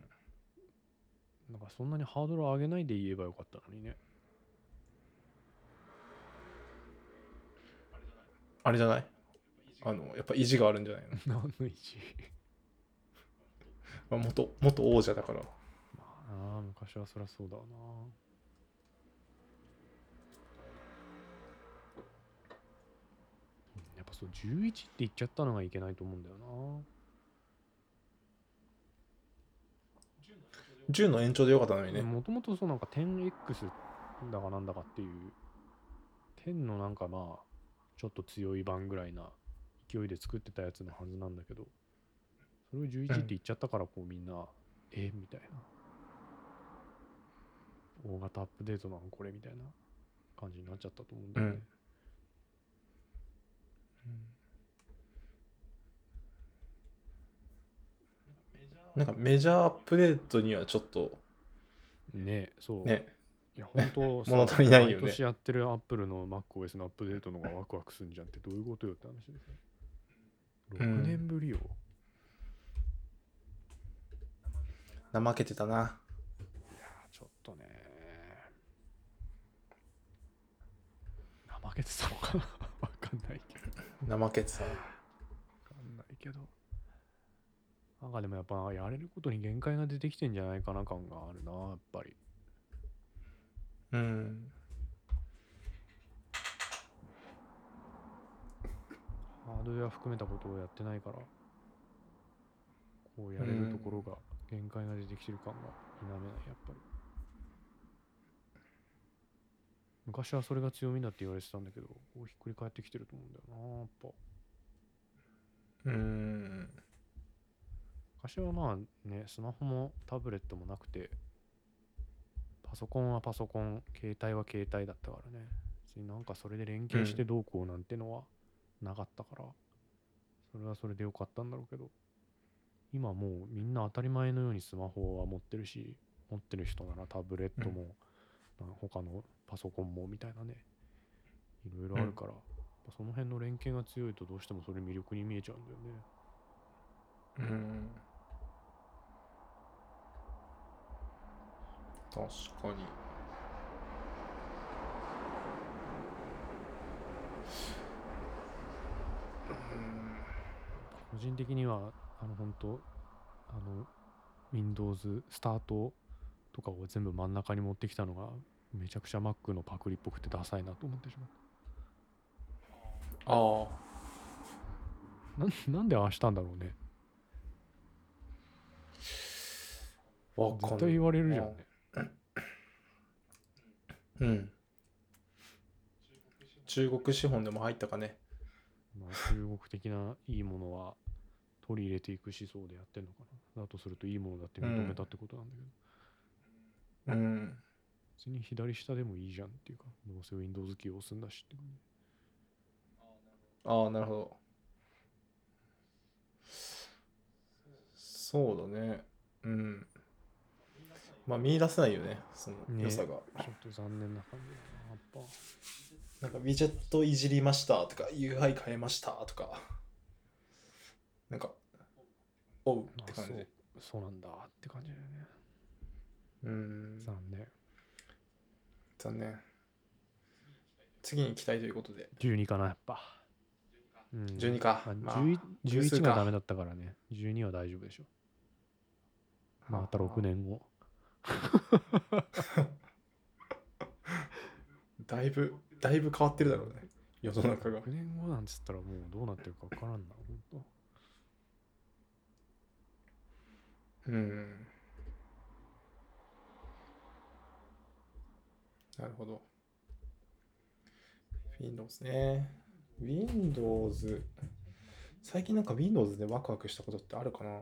なんかそんなにハードル上げないで言えばよかったのにね。 あれじゃない？あの、やっぱ意地があるんじゃないの？ 何の意地？ まあ元、元王者だから。 まあな、昔はそりゃそうだな。やっぱそうじゅういちって言っちゃったのがいけないと思うんだよな。 じゅうの延長でよかったのにね。 もともとそうなんか テンエックス だかなんだかっていう、じゅうのなんかまあ、ちょっと強い版ぐらいな勢いで作ってたやつのはずなんだけど、それをじゅういちって言っちゃったからこうみんな、うん、えみたいな。大型アップデートなのこれみたいな感じになっちゃったと思うんだよね。 うん、なんかメジャーアップデートにはちょっとねそうね、 いや本当物足りないよね。 毎年やってるアップルの MacOS のアップデートの方がワクワクするんじゃんってどういうことよって話ですね。ろくねんぶりよ、 うん、怠けてたな。いやちょっとね怠けてたのかなわかんないけど怠けてた。わかんないけどなんかでもやっぱやれることに限界が出てきてんじゃないかな感があるな、やっぱり。 うん。 ハードウェア含めたことをやってないから、こうやれるところが限界が出てきてる感が否めない、やっぱり。昔はそれが強みだって言われてたんだけど、こうひっくり返ってきてると思うんだよな、やっぱ。 うん。 昔はまあね、スマホもタブレットもなくて、パソコンはパソコン、携帯は携帯だったからね。別になんかそれで連携してどうこうなんてのはなかったから、それはそれでよかったんだろうけど、今もうみんな当たり前のようにスマホは持ってるし、持ってる人ならタブレットも、うん、他のパソコンもみたいなね、いろいろあるから、うん、その辺の連携が強いとどうしてもそれ魅力に見えちゃうんだよね。 うん。確かに。 個人的にはあの本当あの Windows スタートとかを全部真ん中に持ってきたのがめちゃくちゃ Mac のパクリっぽくてダサいなと思ってしまう。ああ。な, なんでああしたんだろうね。 わかんない。 絶対言われるじゃんね。 うん。中国資本でも入ったかね。 まあ、中国的ないいものは取り入れていく思想でやってんのかな。だとするといいものだって認めたってことなんだけど。うん。うん、 別に左下でもいいじゃんっていうか、どうせ Windows キーを押すんだしって感じ。 ああ、なるほど。そうだね。うん。まあ見出せないよね、その良さが。ね、 ちょっと残念な感じだな、やっぱ。 なんかウィジェットいじりましたとか ユーアイ 変えましたとかなんかおうって感じ。 そう、そうなんだって感じだよね。 うーん。 残念。 残念。次に期待ということで。 じゅうにかな、やっぱ。 うん、じゅうにか。 まあ、じゅうじゅういちがダメだったからね。じゅうには大丈夫でしょ。またろくねんご。 だいぶ、だいぶ変わってるだろうね。世の中が。 ろくねんごなんつったらもうどうなってるか分からんな、本当。うん。なるほど。Windows ね。Windows。最近なんか Windows でワクワクしたことってあるかな。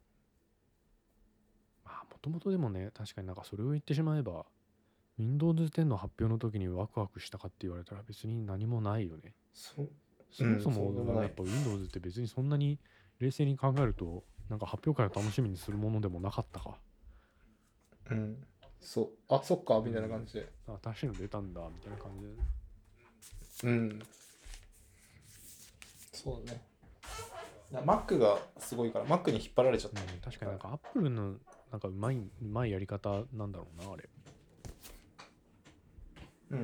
まあもともとでもね、確かになんかそれを言ってしまえば Windows テンの発表の時にワクワクしたかって言われたら別に何もないよね。 そ, そもそもやっぱ Windows って別にそんなに冷静に考えるとなんか発表会を楽しみにするものでもなかったか。 うん。そう。あ、そっかみたいな感じで。 うん、あ、新しいの出たんだみたいな感じで。 うん。そうだね。Mac がすごいから Mac に引っ張られちゃった、うん、 確かになんか Apple のなんかうまいうまいやり方なんだろうなあれ。 うん。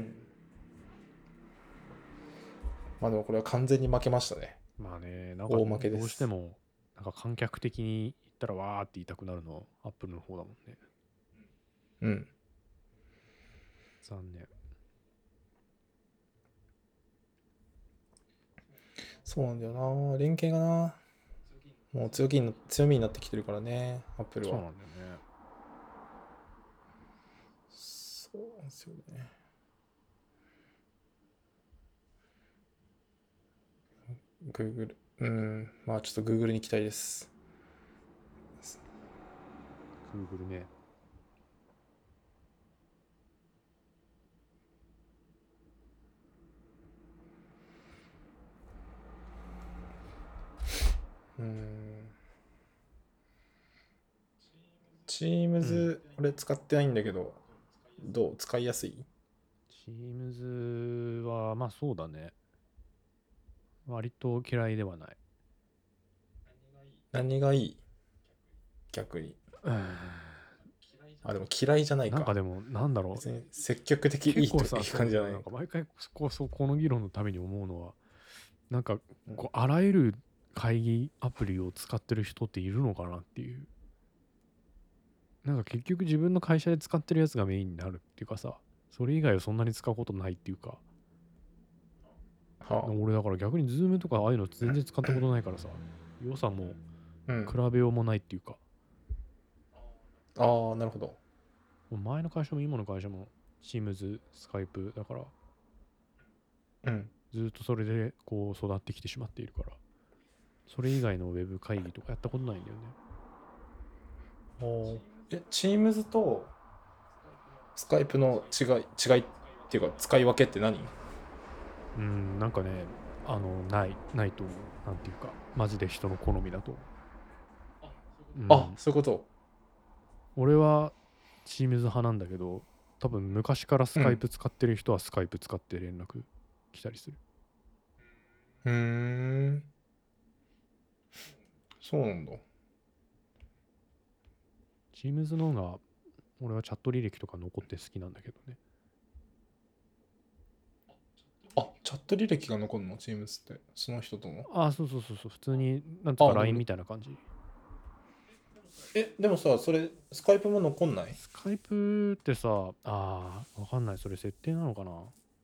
まあでもこれは完全に負けましたね。 まあね、なんかどうしてもなんか観客的に言ったらわーって言いたくなるのは Apple の方だもんね。 うん。 残念。 そうなんだよな。連携がな。もう強気に強みになってきてるからね、Apple は。 そうなんだよね。 そうなんですよね。Google。うん。まあちょっと Google に期待です。 Google ね。 うん。Teams、うん、俺使ってないんだけど、どう使いやすい？ Teams はまあそうだね。割と嫌いではない。 何がいい？逆に。あ、でも嫌いじゃないか。 なんかでもなんだろう。 別に積極的いいって感じじゃない。 なんか毎回こうそうこの議論のために思うのは、なんかこうあらゆる会議アプリを使ってる人っているのかなっていう。なんか結局自分の会社で使ってるやつがメインになるっていうかさ、それ以外はそんなに使うことないっていうか、 は俺だから逆に Zoom とかああいうの全然使ったことないからさ、良さもあ、うん。 比べようもないっていうか、 ああ、なるほど。 もう前の会社も今の会社も Teams、Skype だから、 うん。 ずっとそれでこう育ってきてしまっているから、それ以外のウェブ会議とかやったことないんだよね。 おえ、Teams と Skype の違い、違いっていうか、使い分けって何？ うん、なんかね、あの、ない、ないと思う。なんていうか、マジで人の好みだと思う。うん、 あ、そういうこと。 俺は Teams 派なんだけど、多分昔からうん。 Skype 使ってる人は Skype 使って連絡来たりする。 うーん。そうなんだ。 Teams の方が俺はチャット履歴とか残って好きなんだけどね。 あ、チャット履歴が残るの Teams って。その人との。 ああ、そうそうそうそう、普通に、なんとかあ、でラインも、 みたいな感じ。 え、でもさ、それ、スカイプも残んない？ スカイプってさ、ああ、わかんない。それ設定なのかな。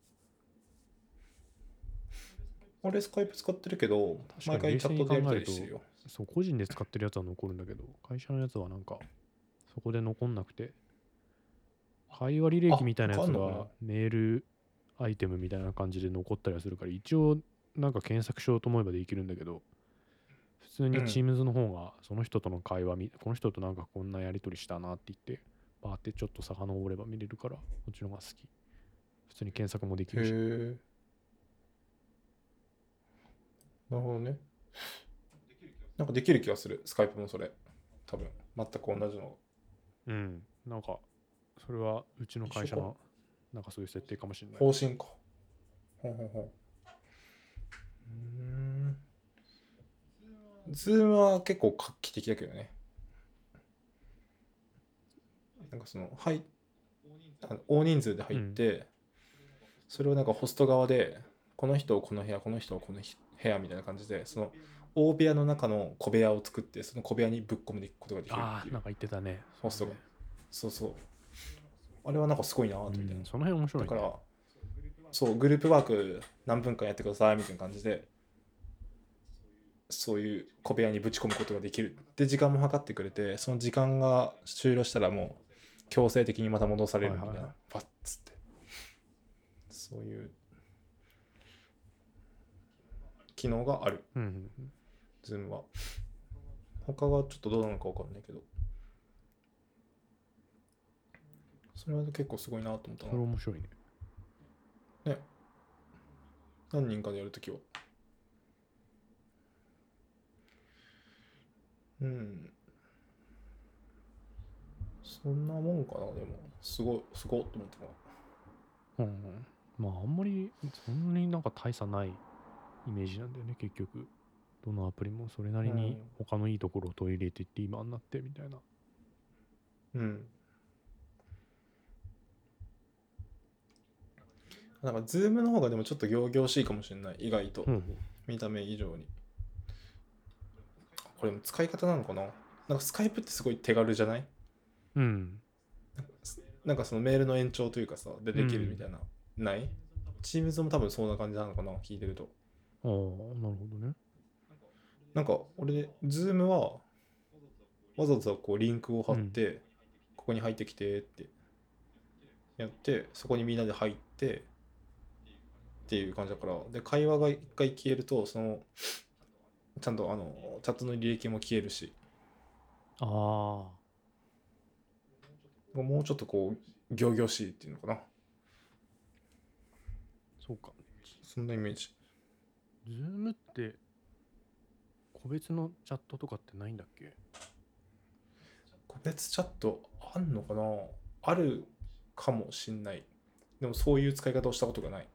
俺スカイプ使ってるけど、 確か毎回に冷静にチャットでやり考えると、 取りしてるよ。 そう、個人で使ってるやつは残るんだけど、会社のやつはなんか、そこで残んなくて、会話履歴あ、 みたいなやつなんかあんのかな？ がメールアイテムみたいな感じで残ったりはするから、一応なんか検索しようと思えばできるんだけど、普通にうん。 Teams の方がその人との会話み、この人となんかこんなやり取りしたなって言って、バーってちょっと遡れば見れるから、こっちの方が好き。普通に検索もできへるし。 え。なるほどね。なんかできる気がする。スカイプもそれ。多分。全く同じの。 うん。なんか、それはうちの一緒か。 会社のなんかそういう設定かもしれない。 方針か。ほんほんほん。うーん。ズームは結構画期的だけどね。なんかその、はい、あの大人数で入っうん。 て、それをなんかホスト側で、この人をこの部屋、この人をこのひ部屋みたいな感じで、その大部屋の中の小部屋を作って、その小部屋にぶっ込んでいくことができるっああ、 ていうなんか言ってたね。 ホストが。 そうね。 そうそう。あれはなんかすごいなとうみたいな。 ん、その辺面白いね。 だから、そう、グループワーク何分間やってくださいみたいな感じで、そういう小部屋にぶち込むことができる。で、時間も計ってくれて、その時間が終了したらもう強制的にまた戻されるみたいな。 はいはいはい。 パッつって。そういう機能がある。 うん、うん、 ズームは。他はちょっとどうなのかわかんないけど。それは結構すごいなと思ったそれな。 面白いね。 ね。何人かでやるときは。うん。そんなもんかな、でも。すごい、すごいと思ったな。 うん、うん。まあ、あんまり、そんなになんか大差ないイメージなんだよね、結局。どのアプリもそれなりにうん。 他のいいところを取り入れていって今になってみたいな。 うん。なんか、ズームの方がでもちょっと仰々しいかもしれない。意外と。 うん、 見た目以上に。これも使い方なのかな？なんかスカイプってすごい手軽じゃない？ うん。 なんかそのメールの延長というかさ、でできるみうん。 たいな。ない？ Teams も多分そんな感じなのかな聞いてると。 ああ、なるほどね。 なんか俺、Zoom はわざわざこうリンクを貼うん。 って、ここに入ってきてってやって、そこにみんなで入ってっていう感じだから、で、会話が一回消えると、その、ちゃんとあの、チャットの履歴も消えるし、 ああ、 もうちょっとこう、仰々しいっていうのかな。 そうか。 そんなイメージ。 ズームって個別のチャットとかってないんだっけ？や個別チャットあんのかな？あるかもしんない。でもそういう使い方をしたことがない。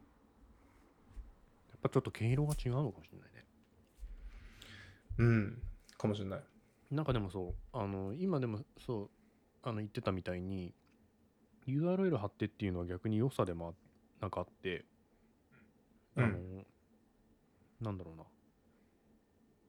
っぱちょっと毛色が違うのかもしれないね。 うん、かもしれない。 なんかでもそう、あの、今でもそう、あの言ってたみたいに、ユーアールエル 貼ってっていうのは逆に良さでもなんかあって、あの、 うん。 なんだろうな。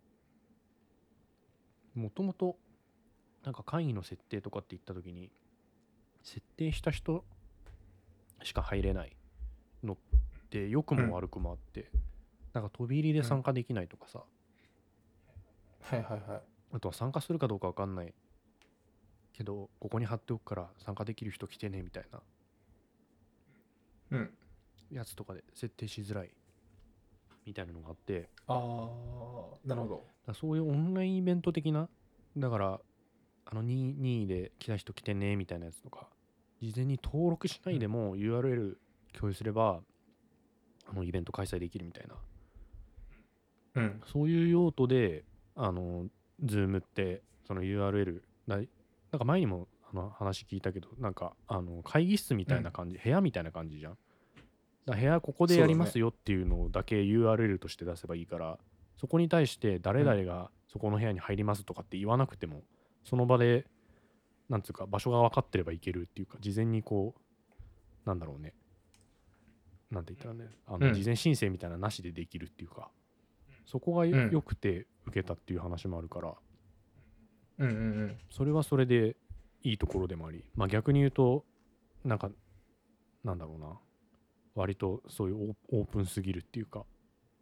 もともとなんか会議の設定とかって言った時に設定した人しか入れないのって良くも悪くもあって、うん、なんか飛び入りで参加できないとかさ、 うん、はいはいはい。 あとは参加するかどうか分かんないけどここに貼っておくから参加できる人来てねみたいな、 うん、 やつとかで設定しづらいみたいなのがあって、 ああ、なるほど。 だそういうオンラインイベント的な、だからあのにいで来た人来てねみたいなやつとか事前に登録しないでも ユーアールエル 共有すれば、あのイベント開催できるみたいな、 うん、 そういう用途であの Zoom ってその ユーアールエル な、なんか前にもあの話聞いたけど、なんかあの会議室みたいな感じ、うん、部屋みたいな感じじゃん。だ部屋ここでやりますよっていうのだけ ユーアールエル として出せばいいから、そこに対して誰々がそこの部屋に入りますとかって言わなくても、その場でなんつうか場所が分かってればいけるっていうか、事前にこうなんだろうね、なんて言ったらね、あの事前申請みたいななしでできるっていうか、そこが良くて受けたっていう話もあるから、 うんうんうん、 それはそれでいいところでもあり、まあ逆に言うとなんかなんだろうな、割とそういうオープンすぎるっていうか、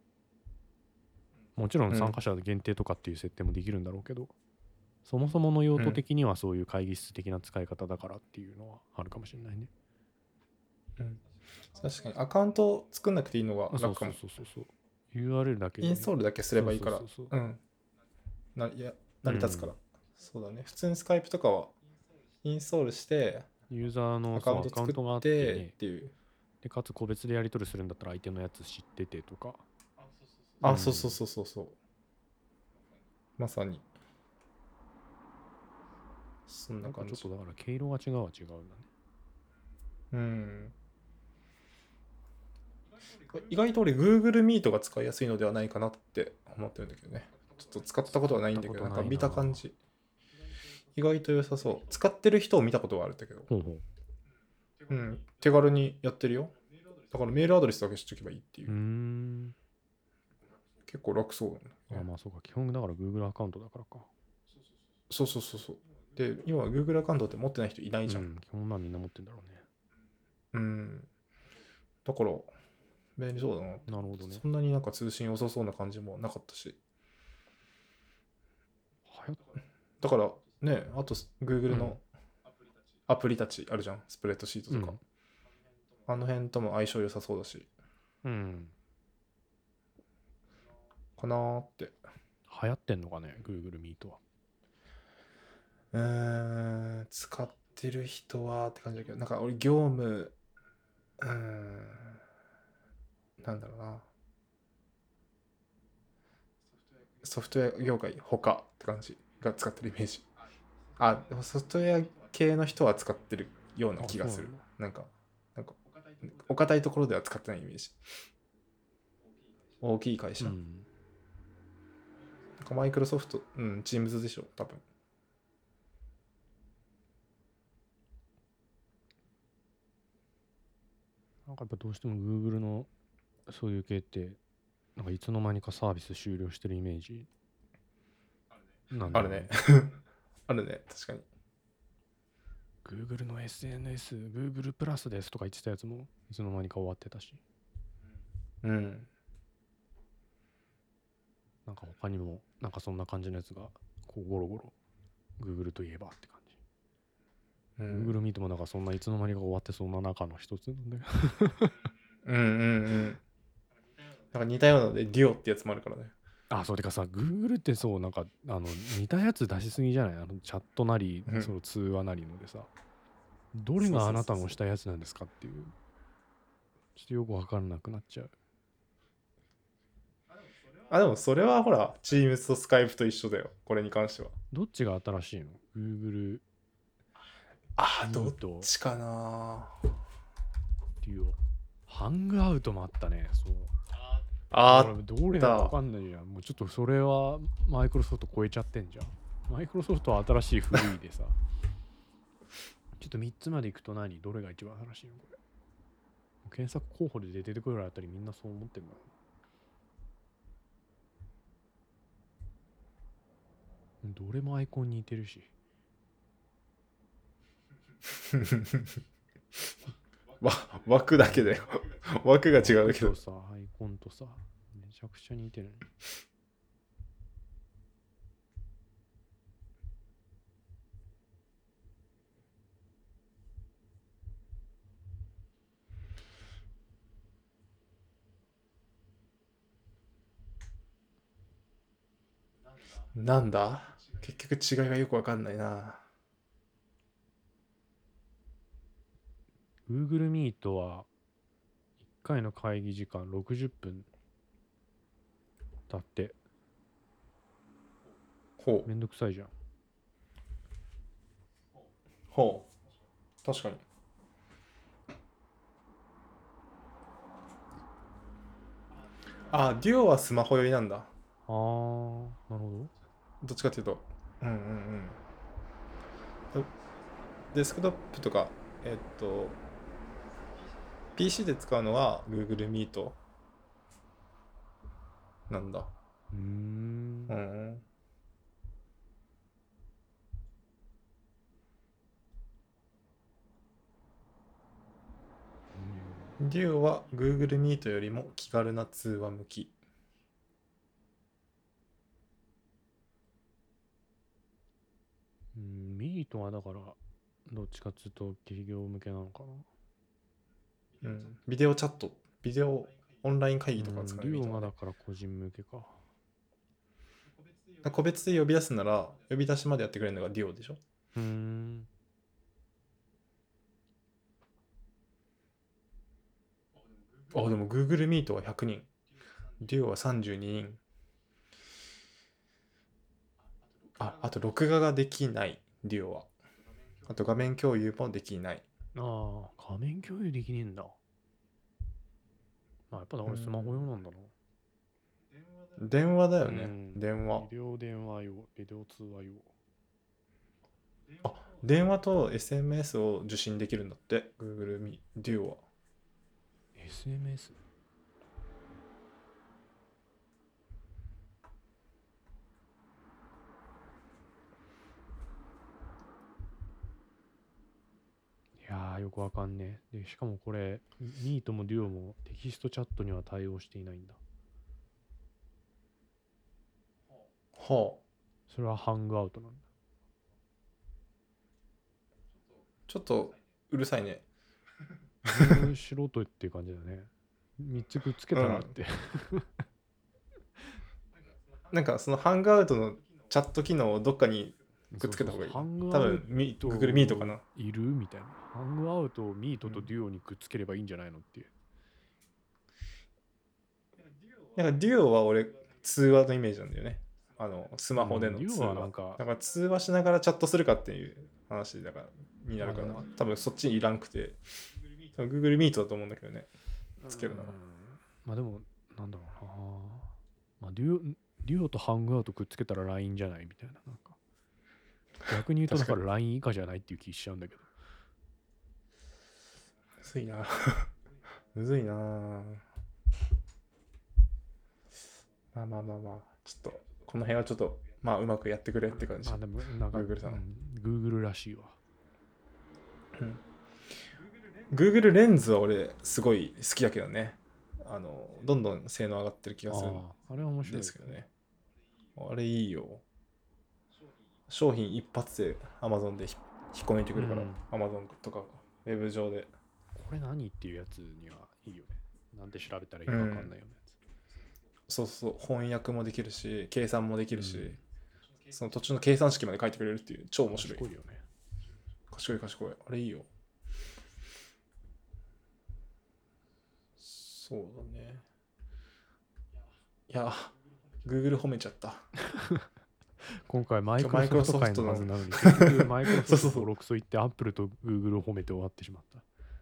もちろん参加者限定とかっていう設定もできるんだろうけど、うん、そもそもの用途的にはそういう会議室的な使い方だからっていうのはあるかもしれないね。 うん、確かにアカウント作んなくていいのが楽かも。 そうそうそうそう。ユーアールエル だけで、 ね、インストールだけすればいいから、うん。な、いや、成り立つから、うん。そうだね。普通にスカイプとかはインストールして、 ユーザーのアカウント作ってっていう。で、かつ個別でやり取りするんだったら相手のやつ知っててとか。 あ、うん、そうそうそうそうそう。まさに。そんな感じ。 なんかちょっとだから毛色が違うは違うんだね。 うん。意外と俺 Google Meet が使いやすいのではないかなって思ってるんだけどね。ちょっと使ったことはないんだけど、なんか見た感じ。意外と良さそう。使ってる人を見たことはあるんだけど。 ほうほう。 うん。手軽にやってるよ。だからメールアドレスだけ知っとけばいいっていう。 うーん。 結構楽そうだね。 あ、まあそうか。基本だから Google アカウントだからか。 そうそうそうそう。で、今 Google アカウントって持ってない人いないじゃん。うん、 基本まあみんな持ってんだろうね。 うん。だから、便利そうだな。 なるほどね。 そんなになんか通信遅そうな感じもなかったし。 はやだからね、あと Google のアプリたちあるじゃん。スプレッドシートとか。うん、あの辺とも相性良さそうだし。 うん。 かなーって。 流行ってんのかね、Google Meet は。 うーん、使ってる人はって感じだけど、なんか俺業務、うーん、なんだろうな。ソフトウェア業界他って感じが使ってるイメージ。あ、でもソフトウェア系の人は使ってるような気がする。なんか、なんか、お堅いところでは使ってないイメージ。大きい会社。うん、なんかマイクロソフト、うん、Teams でしょ、多分。 なんかやっぱどうしても Google のそういう系ってなんかいつの間にかサービス終了してるイメージなんだよね。 あるね。あるね、確かに。 Google の エスエヌエス、Google プラスですとか言ってたやつもいつの間にか終わってたし。 うん。 なんか他にもなんかそんな感じのやつがこうゴロゴロ Google といえばって感じ。うん、Google Meet もなんかそんないつの間にか終わってそんな中の一つなんだよ。 うんうんうん。なんか似たようなので Duo ってやつもあるからね。 あ、それかさ、Google ってそうなんかあの似たやつ出しすぎじゃない？あのチャットなり、うん、その通話なりのでさ、どれがあなたのしたやつなんですかっていう、ちょっとよく分からなくなっちゃう。 あ、でもそれはほら Teams と Skype と一緒だよ、これに関しては。 どっちが新しいの？ Google あ、どっちかな。 Duo。ハングアウトもあったね。そう。 ああ、どれだか分かんないじゃん。もうちょっとそれはマイクロソフト超えちゃってんじゃん。マイクロソフトは新しい古いでさ。ちょっとみっつまでいくと何？どれが一番新しいのこれ。検索候補で出てくるあたりみんなそう思ってるんだろどれもアイコンに似てるし。 わ枠だけだよ。枠が違うけど。 さ、アイコンとさ、めちゃくちゃ似てる。 なんだ結局違いがよくわかんないな。 Google Meet はいっかいの会議時間ろくじゅっぷんだって。 ほう。 めんどくさいじゃん。 ほう。確かに。あ、デュオはスマホ寄りなんだ。 あー、なるほどっちかっていうと。うんうんうん。デスクトップとか、えっと、ピーシー で使うのは Google Meet なんだ。 ど。うーん。 うん。デュオは Google Meet よりも気軽な通話向き。 うん、Meet はだから、どっちかっつうと企業向けなのかな。うん。ビデオチャット、ビデオオンライン会議とか使う、 デュオがだから個人向けか。 個別で呼び出すなら、呼び出しまでやってくれるのがデュオでしょ。 うーん。 あ、でも Google Meet はひゃくにん。デュオはさんじゅうににん。あ、あと録画ができない、デュオは。あと画面共有もできない。 ああ、画面共有できねえんだ。あ、やっぱだからスマホ用なんだな。 電話だよね、 うん、 電話。 ビデオ電話用、ビデオ通話用。 あ、電話と エスエムエス を受信できるんだって、Google Meet、デュオは。 エスエムエス？ いやー、よくわかんねえ。で、しかもこれ、ミートもデュオもテキストチャットには対応していないんだ。 はあ。 それはハングアウトなんだ。 ちょっとうるさいね。 素人っていう感じだね。みっつくっつけたらって、 うん、なんかそのハングアウトのチャット機能をどっかにくっつけた方がいい。 そうそうそう、 多分 Google Meet かな。 いるみたいな。ハングアウトをミートとデュオにくっつければいいんじゃないのっていう。 なんかデュオは俺通話のイメージなんだよね。あのスマホでの通話。 うん、デュオはなんか、 だから通話しながらチャットするかっていう話だからになるから、多分そっちにいらんくて、Google Meet だと思うんだけどね。つけるなら。 まあでも、なんだろうな。まあデュオ、デュオとハングアウトくっつけたら ライン じゃないみたいな。なんか逆に言うとだから ライン 以下じゃないっていう気しちゃうんだけど。 むずいな。むずいな。まあまあまあまあ、ちょっと、この辺はちょっと、まあうまくやってくれって感じ。 あ、でもなんか Google さん、 うん、Google らしいわ。 うん。Google レンズは俺すごい好きだけどね。あの、どんどん性能上がってる気がするんですけどね。あれいいよ。商品一発で Amazon で引っこ抜いてくるから、うん、Amazon とかウェブ上で。 これ何っていうやつにはいいよね。なんて調べたらいいか分かんないよね、うん。 そうそう、翻訳もできるし、計算もできるし、うん、その途中の計算式まで書いてくれるっていう超面白い。 賢いよね。 賢い賢い。あれいいよ。そうだね。いや、Google 褒めちゃった。 今回マイクロソフト会のはずなのに、結局マイクロソフトボロクソ言ってアップルと Google を褒めて終わってしまった。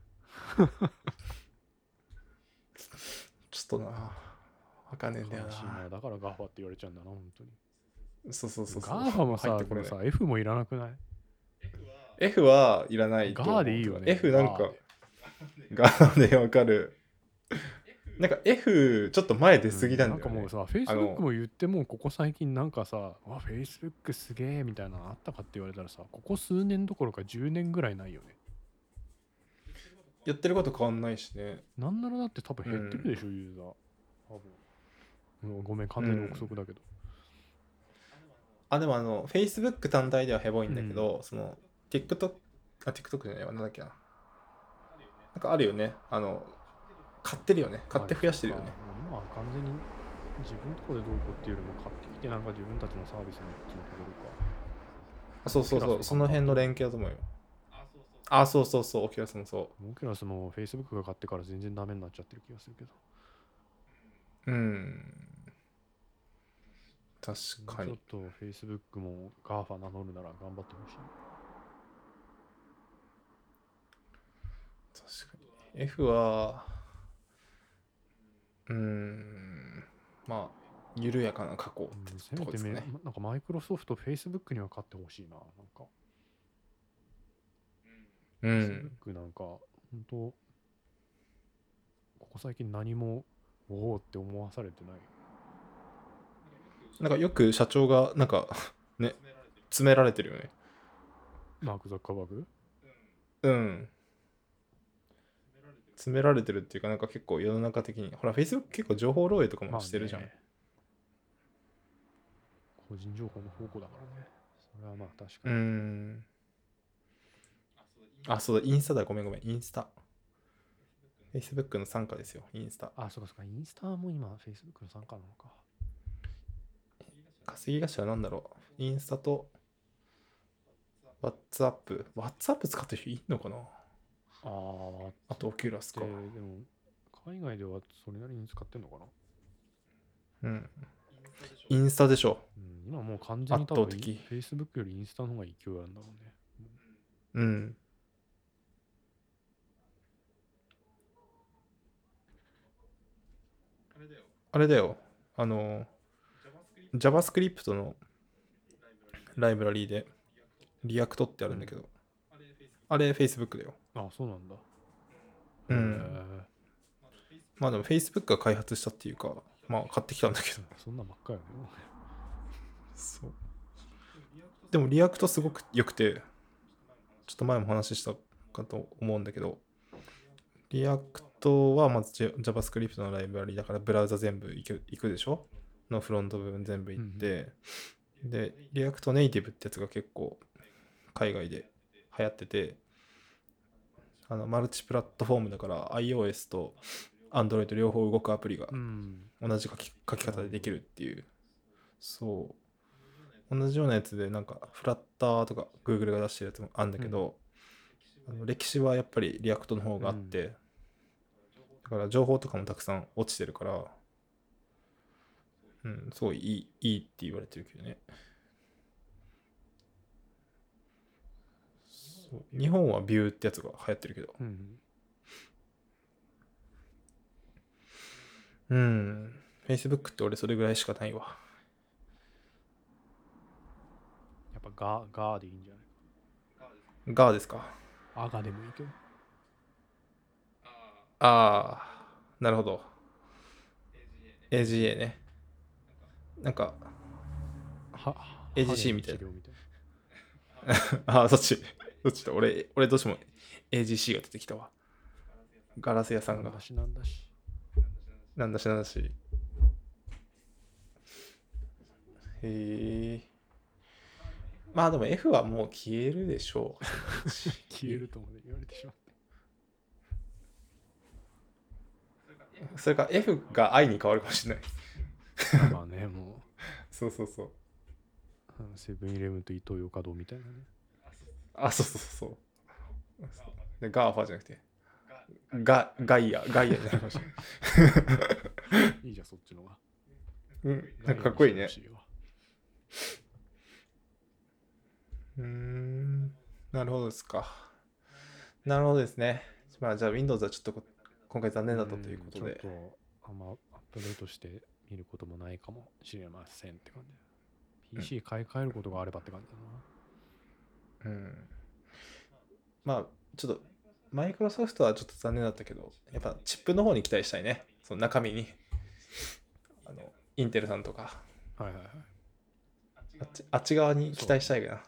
ちょっとな、わかんねえんだよな。 だから ガーファ って言われちゃうんだな、本当に。 そうそうそうそう。 ガーファもさ、でもさ、F もいらなくない？ F はいらない。 ガーでいいよね。 F なんか、ガーでわかる。 なんか F ちょっと前出過ぎなんだよね、 うん、なんかもうさ Facebook も言ってもここ最近なんかさわ Facebook すげえみたいなのあったかって言われたらさここ数年どころかじゅうねんぐらいないよね。 やってること変わんないしね。 なんならだって多分減ってるでしょ、うん、ユーザー多分。ごめん完全に憶測だけど、うん、 あでもあの Facebook 単体ではヘボいんだけど、うん、その TikTok あ TikTok じゃないわなんだっけななんかあるよねあの買ってるよね買って増やしてるよね。 今は完全に自分のところでどうこうっていうよりも買ってきてなんか自分たちのサービスにこっちのところか。 あそうそうそうその辺の連携だと思うよ。あそうそうそうオキュラスもそう。 オキュラスも Facebook が買ってから全然ダメになっちゃってる気がするけど。 うん確かに。 ちょっと Facebook も ガーファ 名乗るなら頑張ってほしい。 確かに F はうーんまあ緩やかな過去ってとこですね、うん、せめてなんかマイクロソフト Facebook には勝ってほしいな。なんかうん Facebook なんか本当ここ最近何もおおって思わされてない。 なんかよく社長がなんかね詰められてるよねマーク・ザッカーバーグ。 うん詰められてるっていうかなんか結構世の中的にほら Facebook 結構情報漏洩とかもしてるじゃん、まあね、 個人情報の宝庫だからね。それはまあ確かに。 うんあそうだインスタだごめんごめんインスタ Facebook の傘下ですよインスタ。 あそうかそうかインスタも今 Facebook の傘下なのか。 稼ぎ頭は何だろうインスタと WhatsApp WhatsApp 使ってる人いんのかな。 ああ、 あとオキュラスか。でも海外ではそれなりに使ってんのかな。 うん。インスタでしょ。 うん、今もう完全に多分 Facebook よりインスタの方が勢いあるんだろうね。 うん。あれだよ。あの JavaScript のライブラリーでリアクトってあるんだけど、うん、あれ Facebook だよ。 あ、そうなんだ。 うん。まあでも Facebook が開発したっていうか、まあ買ってきたんだけど。 そんなばっかりね。 そう。でもリアクトすごく良くて、ちょっと前も話したかと思うんだけど、リアクトはまず JavaScript のライブラリだからブラウザ全部行く、行くでしょのフロント部分全部行って、うん、で、リアクトネイティブってやつが結構海外で流行ってて、あのマルチプラットフォームだから iOS と Android 両方動くアプリが同じ書き、書き方でできるっていう、そう同じようなやつでなんかフラッターとか Google が出してるやつもあるんだけど、うん、あの歴史はやっぱりリアクトの方があって、うん、だから情報とかもたくさん落ちてるから、うん、すごいいい、いいって言われてるけどね。そう日本はビューってやつが流行ってるけど、うん、うん、Facebook って俺それぐらいしかないわ。 やっぱガー、ガーでいいんじゃない？ ガーですか？ アガでもいいけど。 ああ、なるほど。エージーエー ね。なんか、 はエージーシー みたいな。ああ、そっち。そっちだ。俺、俺どうしても エージーシー が出てきたわ。ガラス屋さんが。 なんだしなんだし。 なんだしなんだし。へえ。まあでも F はもう消えるでしょう。 消えるとまで言われてしまった。 それか F が I に変わるかもしれない。 まあね、もう。 そうそうそう。 セブンイレブンとイトーヨーカドーみたいなね。 あ、そうそうそう。でガーファじゃなくて、ガガイア、ガイアになりました。 いいじゃん、そっちのが。 うん、なんかかっこいいね。うーん、なるほどですか。なるほどですね。まあじゃあ Windows はちょっと今回残念だったということで。 ちょっとあんまアップデートして見ることもないかもしれませんって感じ。ピーシー 買い替えることがあればって感じだな。うん。まあちょっとマイクロソフトはちょっと残念だったけど、やっぱチップの方に期待したいね。 その中身にあのインテルさんとか、 はいはいはい、 あっち、あっち側に期待したいかな。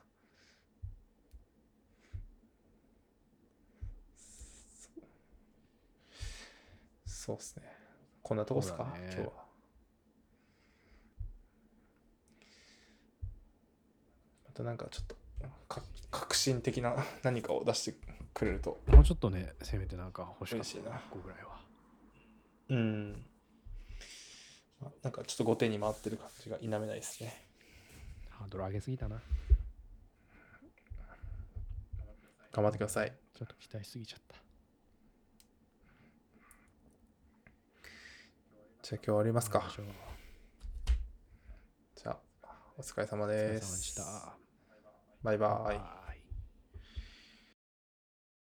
そうっすね。こんなとこっすか、ね、今日は。またなんかちょっとか革新的な何かを出してくれると。 もうちょっとね、せめてなんか欲しかったな、いっこぐらいは。 うん。なんかちょっと後手に回ってる感じが否めないですね。 ハードル上げすぎたな。 頑張ってください。 ちょっと期待しすぎちゃった。 じゃあ今日終わりますか。じゃあお疲れ様です。 お疲れ様でした。 バイバイ。